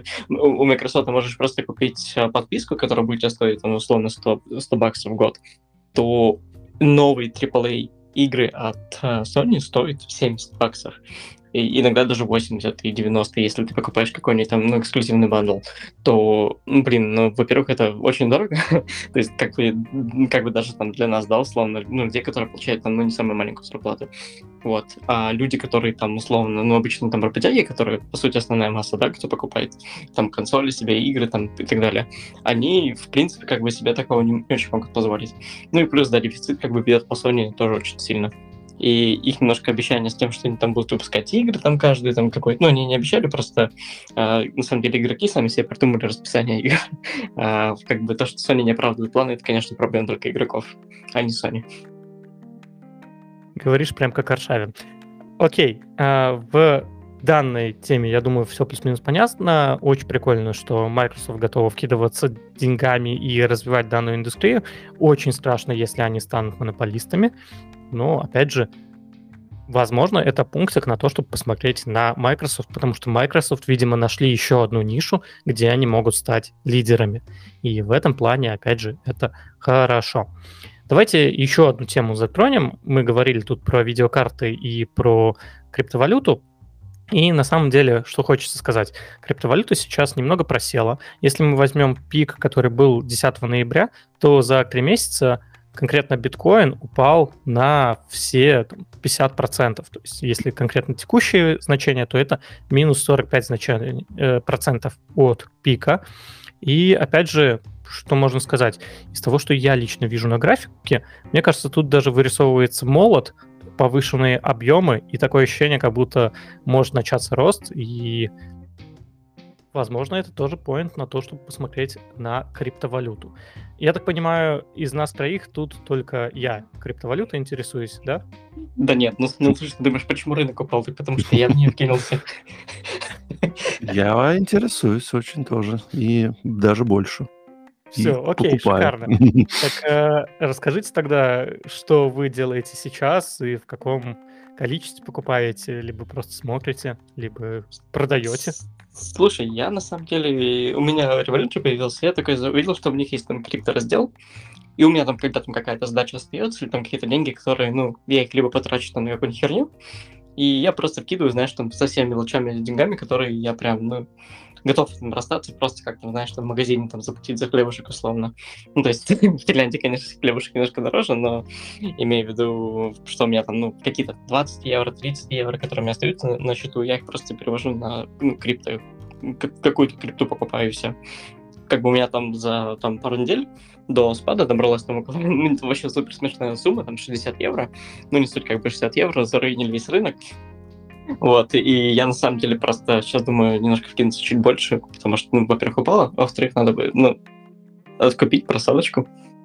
[SPEAKER 2] у Microsoft можешь просто купить подписку, которая будет тебе стоить, там, условно, $100 в год, то новые AAA игры от Sony стоят $70. И иногда даже 80 и 90, если ты покупаешь какой-нибудь там, ну, эксклюзивный бандл, то, блин, ну, во-первых, это очень дорого, то есть как бы даже там для нас, да, условно, ну, людей, которые получают там, ну, не самую маленькую зарплату, вот, а люди, которые там, условно, ну, обычно там работяги, которые, по сути, основная масса, да, кто покупает там консоли себе, игры там и так далее, они, в принципе, как бы себе такого не очень могут позволить. Ну и плюс, да, дефицит как бы бьет по Sony тоже очень сильно. И их немножко обещания с тем, что они там будут выпускать игры, там каждый там какой-то... Ну, они не обещали, просто на самом деле игроки сами себе придумали расписание игр. Как бы то, что Sony не оправдывает планы, это, конечно, проблема только игроков, а не Sony.
[SPEAKER 1] Говоришь прям как Аршавин. Окей, в данной теме, я думаю, все плюс-минус понятно. Очень прикольно, что Microsoft готова вкидываться деньгами и развивать данную индустрию. Очень страшно, если они станут монополистами. Но, опять же, возможно, это пунктик на то, чтобы посмотреть на Microsoft, потому что Microsoft, видимо, нашли еще одну нишу, где они могут стать лидерами. И в этом плане, опять же, это хорошо. Давайте еще одну тему затронем. Мы говорили тут про видеокарты и про криптовалюту. И на самом деле, что хочется сказать, криптовалюта сейчас немного просела. Если мы возьмем пик, который был 10 ноября, то за 3 месяца конкретно биткоин упал на все 50%. То есть если конкретно текущие значения, то это минус 45% от пика. И опять же, что можно сказать? Из того, что я лично вижу на графике, мне кажется, тут даже вырисовывается молот, повышенные объемы, и такое ощущение, как будто может начаться рост, и возможно, это тоже поинт на то, чтобы посмотреть на криптовалюту. Я так понимаю, из нас троих тут только я криптовалютой интересуюсь, да?
[SPEAKER 2] Да нет, ну слушай, ты думаешь, почему рынок упал? Так потому что я в нее вкинулся.
[SPEAKER 3] Я интересуюсь очень тоже, и даже больше.
[SPEAKER 1] Все, окей, шикарно. Так расскажите тогда, что вы делаете сейчас и в каком количестве покупаете, либо просто смотрите, либо продаете.
[SPEAKER 2] Слушай, я на самом деле, у меня Revolut появился, я такой увидел, что у них есть там крипто-раздел, и у меня там, когда там какая-то сдача остается, или там какие-то деньги, которые, ну, я их либо потрачу там на какую-нибудь херню, И я просто вкидываю, знаешь, там со всеми мелочами, деньгами, которые я прям, готов там расстаться, просто как-то, знаешь, там в магазине там заплатить за хлебушек условно. Ну, то есть в Финляндии, конечно, хлебушек немножко дороже, но имею в виду, что у меня там, какие-то 20 евро, 30 евро, которые у меня остаются на счету, я их просто перевожу на крипто, какую-то крипту покупаю и все. Как бы у меня там за пару недель до спада добралась там около, это вообще супер смешная сумма, там 60 евро, не суть, как бы 60 евро, заруинили весь рынок. Вот, и я на самом деле просто сейчас думаю немножко вкинуться чуть больше, потому что, во-первых, упало, а во-вторых, надо бы, откупить просадочку.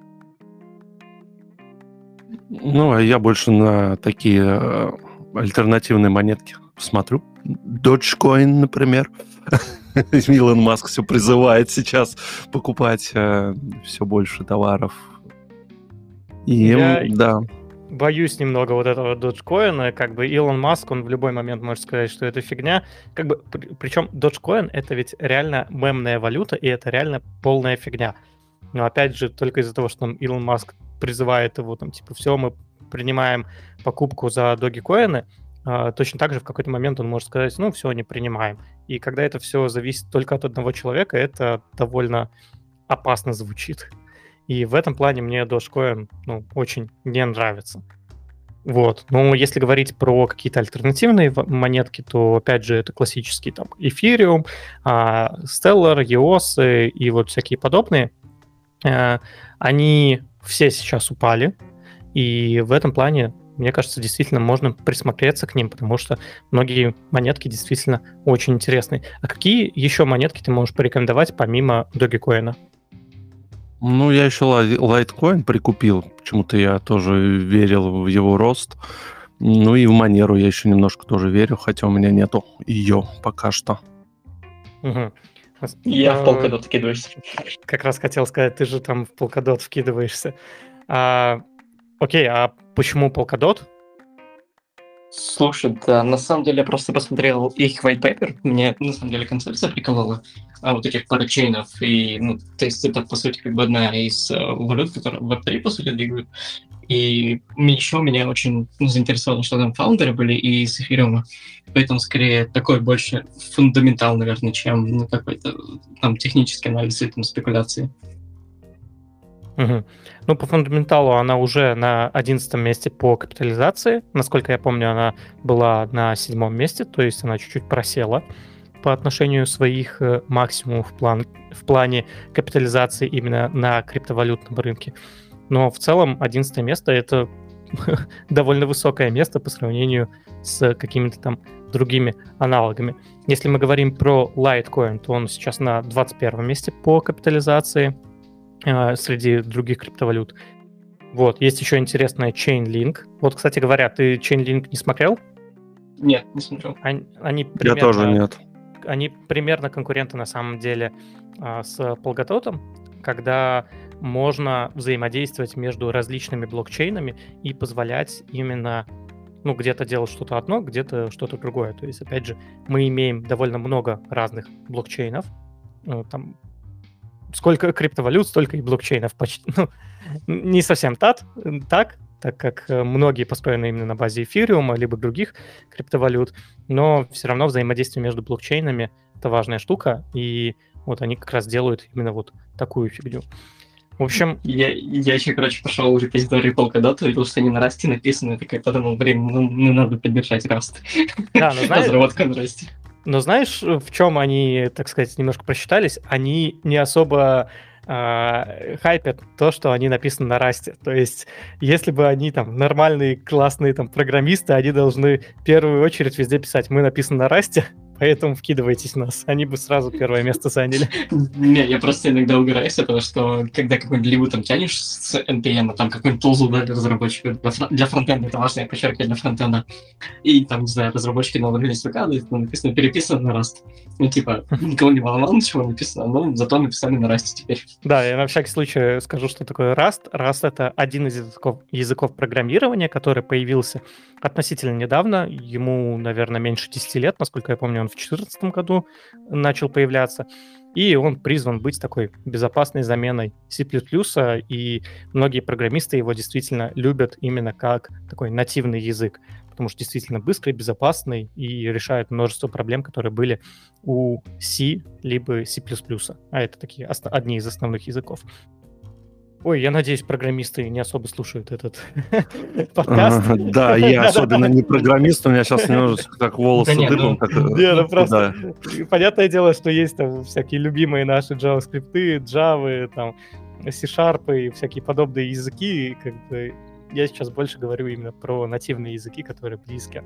[SPEAKER 3] А я больше на такие альтернативные монетки смотрю. Dogecoin, например. Илон Маск все призывает сейчас покупать все больше товаров. И да.
[SPEAKER 1] Боюсь немного вот этого Dogecoin, как бы Илон Маск, он в любой момент может сказать, что это фигня, как бы, причем Dogecoin это ведь реально мемная валюта, и это реально полная фигня. Но опять же, только из-за того, что там Илон Маск призывает его, там, типа, все, мы принимаем покупку за Dogecoin, точно так же в какой-то момент он может сказать, все, не принимаем. И когда это все зависит только от одного человека, это довольно опасно звучит. И в этом плане мне Dogecoin, очень не нравится. Вот. Но если говорить про какие-то альтернативные монетки, то, опять же, это классические там Ethereum, Stellar, EOS и вот всякие подобные. Они все сейчас упали, и в этом плане, мне кажется, действительно можно присмотреться к ним, потому что многие монетки действительно очень интересные. А какие еще монетки ты можешь порекомендовать помимо Dogecoin?
[SPEAKER 3] Я еще Litecoin прикупил. Почему-то я тоже верил в его рост. И в Монеру я еще немножко тоже верю, хотя у меня нету ее пока что.
[SPEAKER 2] Угу. Я в Polkadot вкидываюсь.
[SPEAKER 1] Как раз хотел сказать, ты же там в Polkadot вкидываешься. Окей, а почему Polkadot?
[SPEAKER 2] Слушай, да, на самом деле я просто посмотрел их white paper, мне на самом деле концепция приколола вот этих парачейнов, и, то есть это, по сути, как бы одна из валют, которые в Web3, по сути, двигают. И еще меня очень заинтересовало, что там фаундеры были и из эфириума, поэтому скорее такой больше фундаментал, наверное, чем какой-то там технический анализ и там спекуляции.
[SPEAKER 1] Угу. По фундаменталу она уже на 11 месте по капитализации. Насколько я помню, она была на 7 месте, то есть она чуть-чуть просела по отношению своих максимумов в плане капитализации именно на криптовалютном рынке. Но в целом 11 место — это довольно высокое место по сравнению с какими-то там другими аналогами. Если мы говорим про Litecoin, то он сейчас на 21 месте по капитализации среди других криптовалют. Вот, есть еще интересная Chainlink. Вот, кстати говоря, ты Chainlink не смотрел?
[SPEAKER 2] Нет, не смотрел.
[SPEAKER 3] Я тоже нет.
[SPEAKER 1] Они примерно конкуренты на самом деле с Polkadot, когда можно взаимодействовать между различными блокчейнами и позволять именно где-то делать что-то одно, где-то что-то другое. То есть, опять же, мы имеем довольно много разных блокчейнов. Там сколько криптовалют, столько и блокчейнов почти. Не совсем так, как многие построены именно на базе эфириума, либо других криптовалют, но все равно взаимодействие между блокчейнами — это важная штука, и вот они как раз делают именно вот такую фигню. В общем...
[SPEAKER 2] Я еще, пошел в репозиторий Polkadot, увидел, что они на Расте написаны, и такой подумал, надо поддержать Раст.
[SPEAKER 1] Да,
[SPEAKER 2] разработка на Расте.
[SPEAKER 1] Но знаешь, в чем они, так сказать, немножко просчитались? Они не особо хайпят то, что они написаны на Расте. То есть, если бы они там нормальные, классные там программисты, они должны в первую очередь везде писать: мы написаны на Расте, поэтому вкидывайтесь в нас. Они бы сразу первое место заняли.
[SPEAKER 2] Не, я просто иногда угораюсь, потому что когда какую-нибудь либо там тянешь с NPM, там какую-нибудь тулзу для разработчика, для фронтенда, это важно, я подчеркиваю, для фронтенда, и там, не знаю, разработчики нового релиза выкладывают, написано, переписано на Rust. Никого не волновало, ничего написано, но зато написали на Rust теперь.
[SPEAKER 1] Да, я на всякий случай скажу, что такое Rust. Rust — это один из языков программирования, который появился относительно недавно. Ему, наверное, меньше 10 лет, насколько я помню, он в 2014 году начал появляться. И он призван быть такой безопасной заменой C++, и многие программисты его действительно любят именно как такой нативный язык. потому что действительно быстрый, безопасный и решает множество проблем, которые были у C либо C++. А это такие одни из основных языков. Ой, я надеюсь, программисты не особо слушают этот подкаст.
[SPEAKER 3] Да, я особенно не программист, у меня сейчас немножечко так волосы дыбом.
[SPEAKER 1] Просто понятное дело, что есть там всякие любимые наши JavaScript, Java, там C-Sharp и всякие подобные языки. Как бы я сейчас больше говорю именно про нативные языки, которые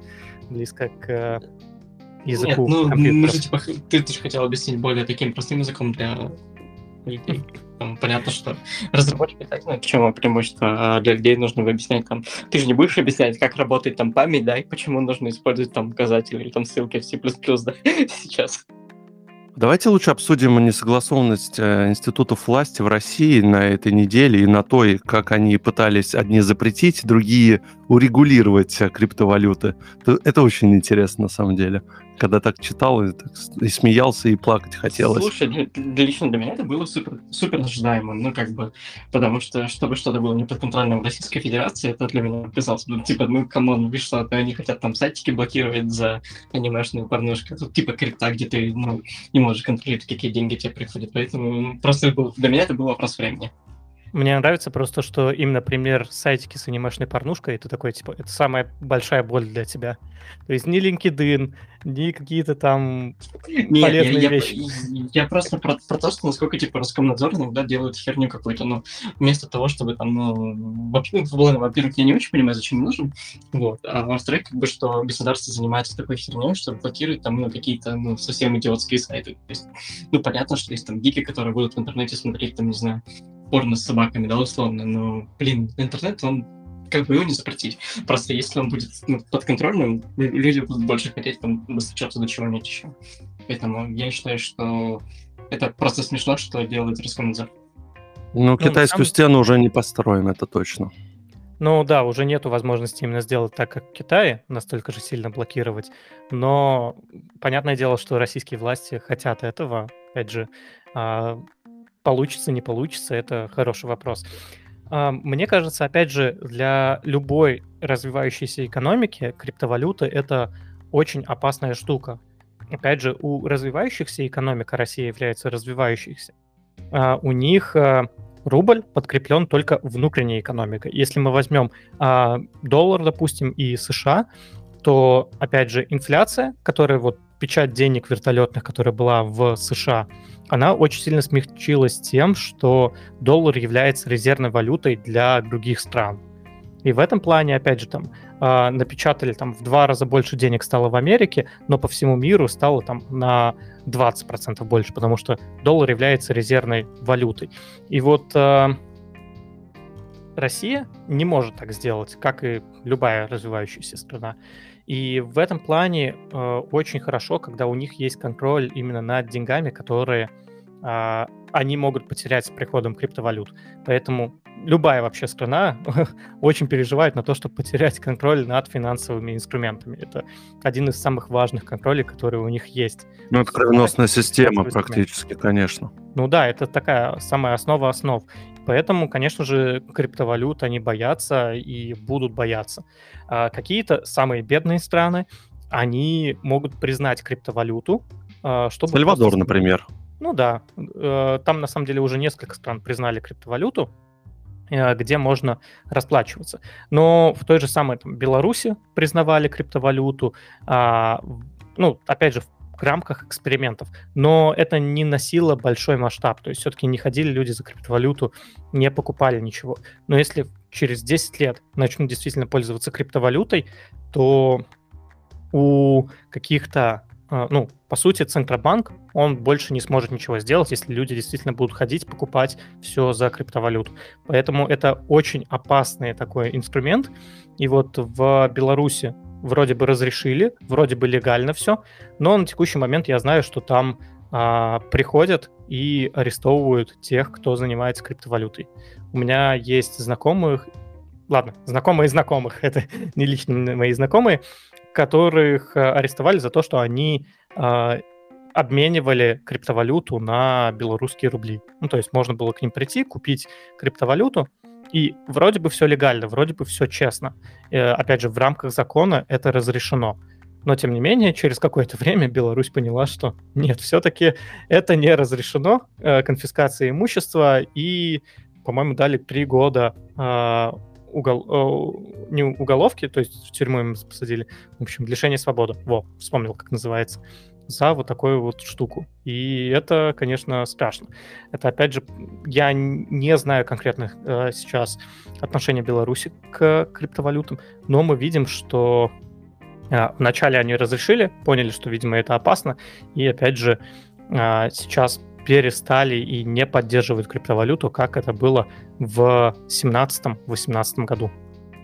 [SPEAKER 1] близко к языку компьютеров.
[SPEAKER 2] Ты же хотел объяснить более таким простым языком для людей. Понятно, что разработчики так знают, в чем преимущество, а для людей нужно объяснять там. Ты же не будешь объяснять, как работает там память, да, и почему нужно использовать там указатели или там ссылки в C++, да, сейчас.
[SPEAKER 3] Давайте лучше обсудим несогласованность институтов власти в России на этой неделе и на то, как они пытались одни запретить, другие урегулировать криптовалюты. Это очень интересно, на самом деле. Когда так читал, и смеялся, и плакать хотелось.
[SPEAKER 2] Слушай, лично для меня это было супер ожидаемо. Ну, как бы, потому что, чтобы что-то было не подконтрольным в Российской Федерации, это для меня казалось, камон, видишь, что они хотят там сайтики блокировать за анимешную порнушку. Тут типа крипта, где ты, не можешь контролировать, какие деньги тебе приходят. Поэтому просто для меня это был вопрос времени.
[SPEAKER 1] Мне нравится просто, что именно пример сайтики с анимешной порнушкой, это такой, типа, это самая большая боль для тебя. То есть ни LinkedIn, ни какие-то там полезные вещи.
[SPEAKER 2] Я просто про то, что насколько, типа, Роскомнадзор иногда делают херню какую-то, но вместо того, чтобы там, во-первых, я не очень понимаю, зачем нужен, вот, а во-вторых, как бы, что государство занимается такой херней, что блокирует там, какие-то, совсем идиотские сайты. То есть, понятно, что есть там гики, которые будут в интернете смотреть, там, не знаю, порно с собаками, да, условно, но, интернет, он как бы его не запретить. Просто если он будет подконтрольным, люди будут больше хотеть там достучаться до чего-нибудь еще. Поэтому я считаю, что это просто смешно, что делает Роскомнадзор.
[SPEAKER 3] Китайскую стену уже не построим, это точно.
[SPEAKER 1] Да, уже нету возможности именно сделать так, как в Китае, настолько же сильно блокировать. Но понятное дело, что российские власти хотят этого. Опять же, получится, не получится, это хороший вопрос. Мне кажется, опять же, для любой развивающейся экономики криптовалюта — это очень опасная штука. Опять же, у развивающихся экономик, а Россия является развивающейся, у них рубль подкреплен только внутренней экономикой. Если мы возьмем доллар, допустим, и США, то, опять же, инфляция, которая печать денег вертолетных, которая была в США, она очень сильно смягчилась тем, что доллар является резервной валютой для других стран. И в этом плане, опять же, там напечатали там в 2 раза больше денег стало в Америке, но по всему миру стало там на 20% больше, потому что доллар является резервной валютой. И Россия не может так сделать, как и любая развивающаяся страна. И в этом плане очень хорошо, когда у них есть контроль именно над деньгами, которые они могут потерять с приходом криптовалют. Поэтому любая вообще страна очень переживает на то, чтобы потерять контроль над финансовыми инструментами. Это один из самых важных контролей, которые у них есть.
[SPEAKER 3] Это кровеносная система практически, конечно.
[SPEAKER 1] Да, это такая самая основа основ. Поэтому, конечно же, криптовалют они боятся и будут бояться. Какие-то самые бедные страны, они могут признать криптовалюту, чтобы...
[SPEAKER 3] Сальвадор, например.
[SPEAKER 1] Да. Там, на самом деле, уже несколько стран признали криптовалюту, где можно расплачиваться. Но в той же самой Беларуси признавали криптовалюту, опять же, в рамках экспериментов. Но это не носило большой масштаб. То есть все-таки не ходили люди за криптовалюту, не покупали ничего. Но если через 10 лет начнут действительно пользоваться криптовалютой, то у каких-то, по сути, Центробанк, он больше не сможет ничего сделать, если люди действительно будут ходить, покупать все за криптовалюту. Поэтому это очень опасный такой инструмент. И в Беларуси вроде бы разрешили, вроде бы легально все, но на текущий момент я знаю, что там приходят и арестовывают тех, кто занимается криптовалютой. У меня есть знакомые знакомых, это не лично мои знакомые, которых арестовали за то, что они обменивали криптовалюту на белорусские рубли. То есть можно было к ним прийти, купить криптовалюту, И вроде бы все легально, вроде бы все честно. Опять же, в рамках закона это разрешено. Но, тем не менее, через какое-то время Беларусь поняла, что нет, все-таки это не разрешено, конфискация имущества, и, по-моему, дали 3 года не уголовки, то есть в тюрьму им посадили, в общем, лишение свободы. Вспомнил, как называется, за вот такую вот штуку. И это, конечно, страшно. Это, опять же, я не знаю конкретных сейчас отношений Беларуси к криптовалютам, но мы видим, что вначале они разрешили, поняли, что, видимо, это опасно, и, опять же, сейчас перестали и не поддерживают криптовалюту, как это было в 2017-2018 году.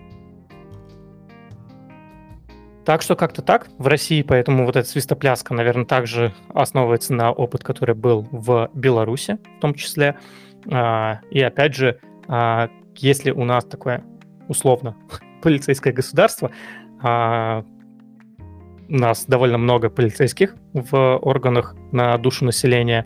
[SPEAKER 1] Так что как-то так в России, поэтому вот эта свистопляска, наверное, также основывается на опыт, который был в Беларуси в том числе. И опять же, если у нас такое условно полицейское государство, у нас довольно много полицейских в органах на душу населения,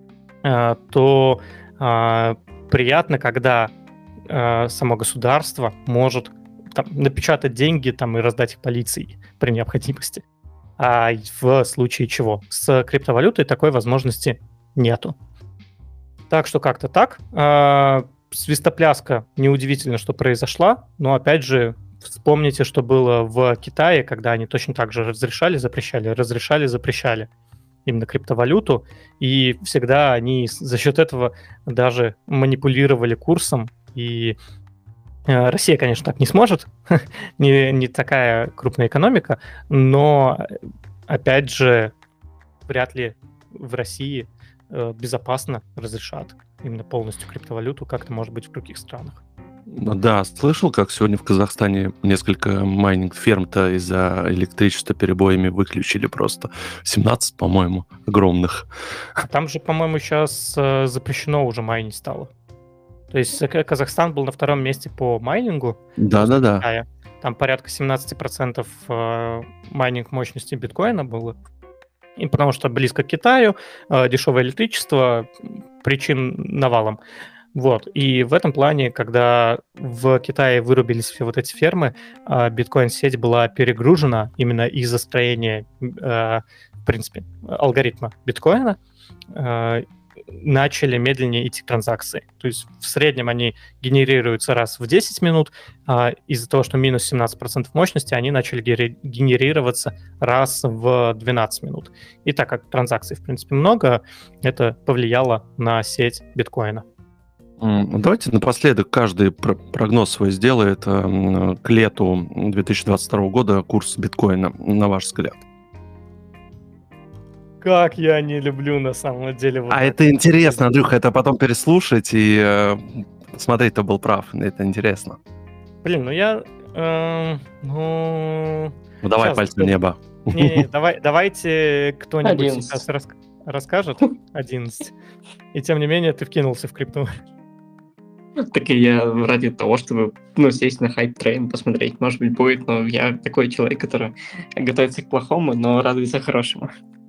[SPEAKER 1] то приятно, когда само государство может там напечатать деньги там, и раздать их полиции при необходимости. А в случае чего? С криптовалютой такой возможности нету. Так что как-то так. Свистопляска неудивительно, что произошла, но опять же вспомните, что было в Китае, когда они точно так же разрешали, запрещали именно криптовалюту, и всегда они за счет этого даже манипулировали курсом, и Россия, конечно, так не сможет, не такая крупная экономика, но, опять же, вряд ли в России безопасно разрешат именно полностью криптовалюту, как это может быть в других странах.
[SPEAKER 3] Да, слышал, как сегодня в Казахстане несколько майнинг-ферм-то из-за электричества перебоями выключили просто. 17, по-моему, огромных.
[SPEAKER 1] Там же, по-моему, сейчас запрещено уже майнить стало. То есть Казахстан был на 2-м месте по майнингу.
[SPEAKER 3] Да-да-да.
[SPEAKER 1] Там порядка 17% майнинг мощности биткоина было. И потому что близко к Китаю, дешевое электричество, причин навалом. Вот. И в этом плане, когда в Китае вырубились все вот эти фермы, биткоин-сеть была перегружена именно из-за строения, в принципе, алгоритма биткоина, начали медленнее идти транзакции. То есть в среднем они генерируются раз в 10 минут, а из-за того, что минус 17% мощности, они начали генерироваться раз в 12 минут. И так как транзакций, в принципе, много, это повлияло на сеть биткоина.
[SPEAKER 3] Давайте напоследок каждый прогноз свой сделает к лету 2022 года курс биткоина, на ваш взгляд.
[SPEAKER 1] Как я не люблю на самом деле. Вот
[SPEAKER 3] это интересно, Андрюха, это потом переслушать и смотреть, кто был прав. Это интересно.
[SPEAKER 1] Блин,
[SPEAKER 3] давай пальцы в небо.
[SPEAKER 1] Давайте кто-нибудь 11. Сейчас расскажет. 11. И тем не менее ты вкинулся в крипту.
[SPEAKER 2] Так и я ради того, чтобы сесть на хайп-трейн, посмотреть, может быть, будет, но я такой человек, который готовится к плохому, но радуется хорошему.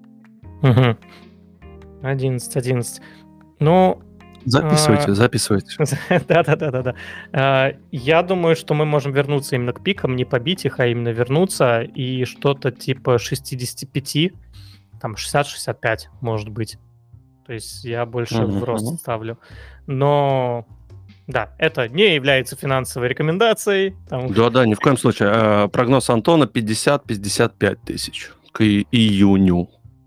[SPEAKER 1] 11. Ну...
[SPEAKER 3] Записывайте.
[SPEAKER 1] Да. Я думаю, что мы можем вернуться именно к пикам, не побить их, а именно вернуться, и что-то типа 65, там 60-65, может быть. То есть я больше в рост ставлю. Но... Да, это не является финансовой рекомендацией.
[SPEAKER 3] Да, ни в коем случае. Прогноз Антона 50-55 тысяч к июню.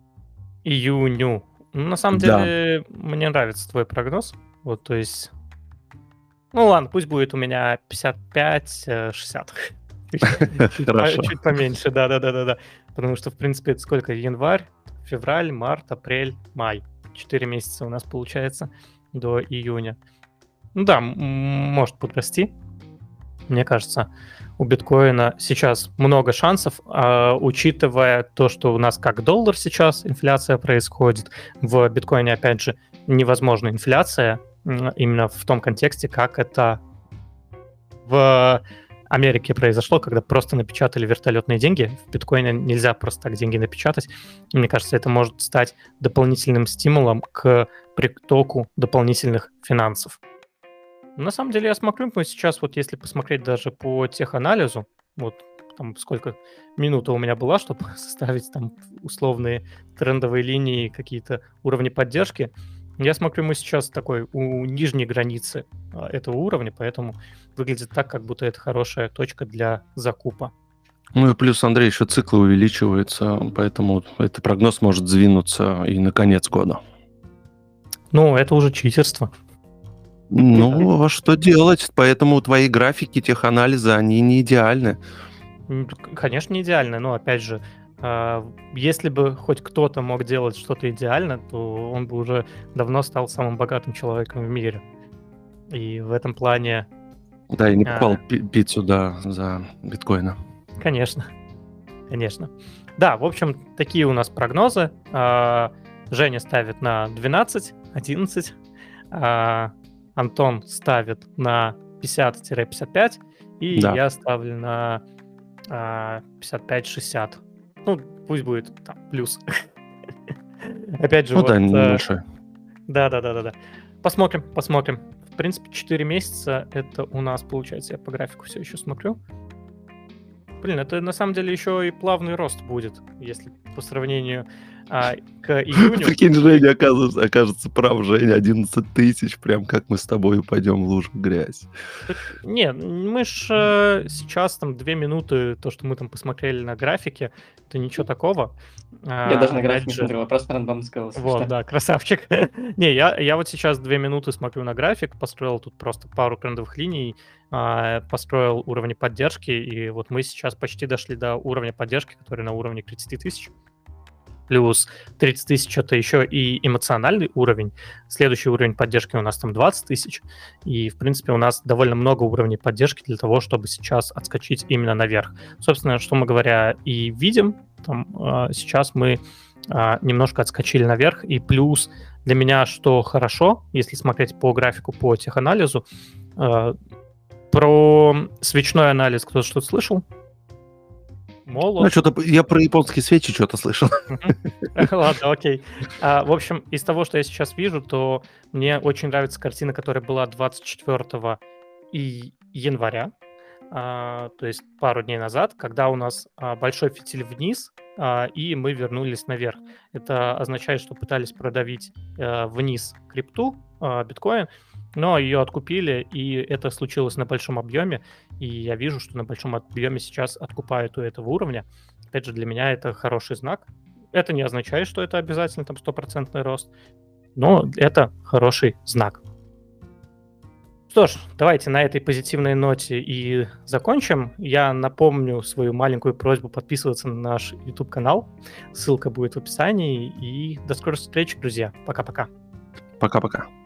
[SPEAKER 1] На самом деле, мне нравится твой прогноз. Вот, то есть... Ну ладно, пусть будет у меня 55-60. Чуть поменьше, да. Потому что, в принципе, это сколько? Январь, февраль, март, апрель, май. 4 месяца у нас получается до июня. Ну да, может подрасти. Мне кажется, у биткоина сейчас много шансов, учитывая то, что у нас как доллар сейчас инфляция происходит. В биткоине, опять же, невозможна инфляция именно в том контексте, как это в Америке произошло, когда просто напечатали вертолетные деньги. В биткоине нельзя просто так деньги напечатать. И мне кажется, это может стать дополнительным стимулом к притоку дополнительных финансов. На самом деле я смотрю, мы сейчас вот если посмотреть даже по теханализу, вот там сколько минута у меня была, чтобы составить там условные трендовые линии, какие-то уровни поддержки, я смотрю, мы сейчас такой у нижней границы этого уровня, поэтому выглядит так, как будто это хорошая точка для закупа.
[SPEAKER 3] Ну и плюс, Андрей, еще циклы увеличиваются, поэтому этот прогноз может сдвинуться и на конец года.
[SPEAKER 1] Ну, это уже читерство.
[SPEAKER 3] Ну, а что делать? Поэтому твои графики теханализа, они не идеальны.
[SPEAKER 1] Конечно, не идеально, но опять же, если бы хоть кто-то мог делать что-то идеально, то он бы уже давно стал самым богатым человеком в мире. И в этом плане...
[SPEAKER 3] Да, и не покупал пиццу, да, за биткоина.
[SPEAKER 1] Конечно, конечно. Да, в общем, такие у нас прогнозы. Женя ставит на 12, 11. Антон ставит на 50-55. И
[SPEAKER 3] Да.
[SPEAKER 1] я ставлю на 55-60. Ну, пусть будет там плюс. Опять же,
[SPEAKER 3] Ну
[SPEAKER 1] вот...
[SPEAKER 3] да, небольшой.
[SPEAKER 1] Да. Посмотрим. В принципе, 4 месяца это у нас получается. Я по графику все еще смотрю. Блин, это на самом деле еще и плавный рост будет, если по сравнению к июню.
[SPEAKER 3] Прикинь, Женя окажется прав, Женя, 11 тысяч, прям как мы с тобой упадем в лужу грязь.
[SPEAKER 1] Не, мы ж сейчас там 2 минуты, то, что мы там посмотрели на графике, это ничего такого.
[SPEAKER 2] Я даже на график не смотрел, я просто рандомно сказал.
[SPEAKER 1] Вот, да, красавчик. Не, я вот сейчас 2 минуты смотрю на график, построил тут просто пару трендовых линий, построил уровни поддержки, и вот мы сейчас почти дошли до уровня поддержки, который на уровне 30 тысяч. Плюс 30 тысяч — это еще и эмоциональный уровень. Следующий уровень поддержки у нас там 20 тысяч. И, в принципе, у нас довольно много уровней поддержки для того, чтобы сейчас отскочить именно наверх. Собственно, что мы, говоря, и видим. Там, сейчас мы немножко отскочили наверх. И плюс для меня, что хорошо, если смотреть по графику, по теханализу, про свечной анализ кто-то что-то слышал? Молот.
[SPEAKER 3] Ну, что-то я про японские свечи что-то слышал.
[SPEAKER 1] Ладно, окей. В общем, из того, что я сейчас вижу, то мне очень нравится картина, которая была 24 января, то есть пару дней назад, когда у нас большой фитиль вниз, и мы вернулись наверх. Это означает, что пытались продавить вниз крипту, биткоин, но ее откупили, и это случилось на большом объеме, и я вижу, что на большом объеме сейчас откупают у этого уровня. Опять же, для меня это хороший знак. Это не означает, что это обязательно там 100% рост, но это хороший знак. Что ж, давайте на этой позитивной ноте и закончим. Я напомню свою маленькую просьбу подписываться на наш YouTube-канал. Ссылка будет в описании. И до скорых встреч, друзья. Пока-пока.
[SPEAKER 3] Пока-пока.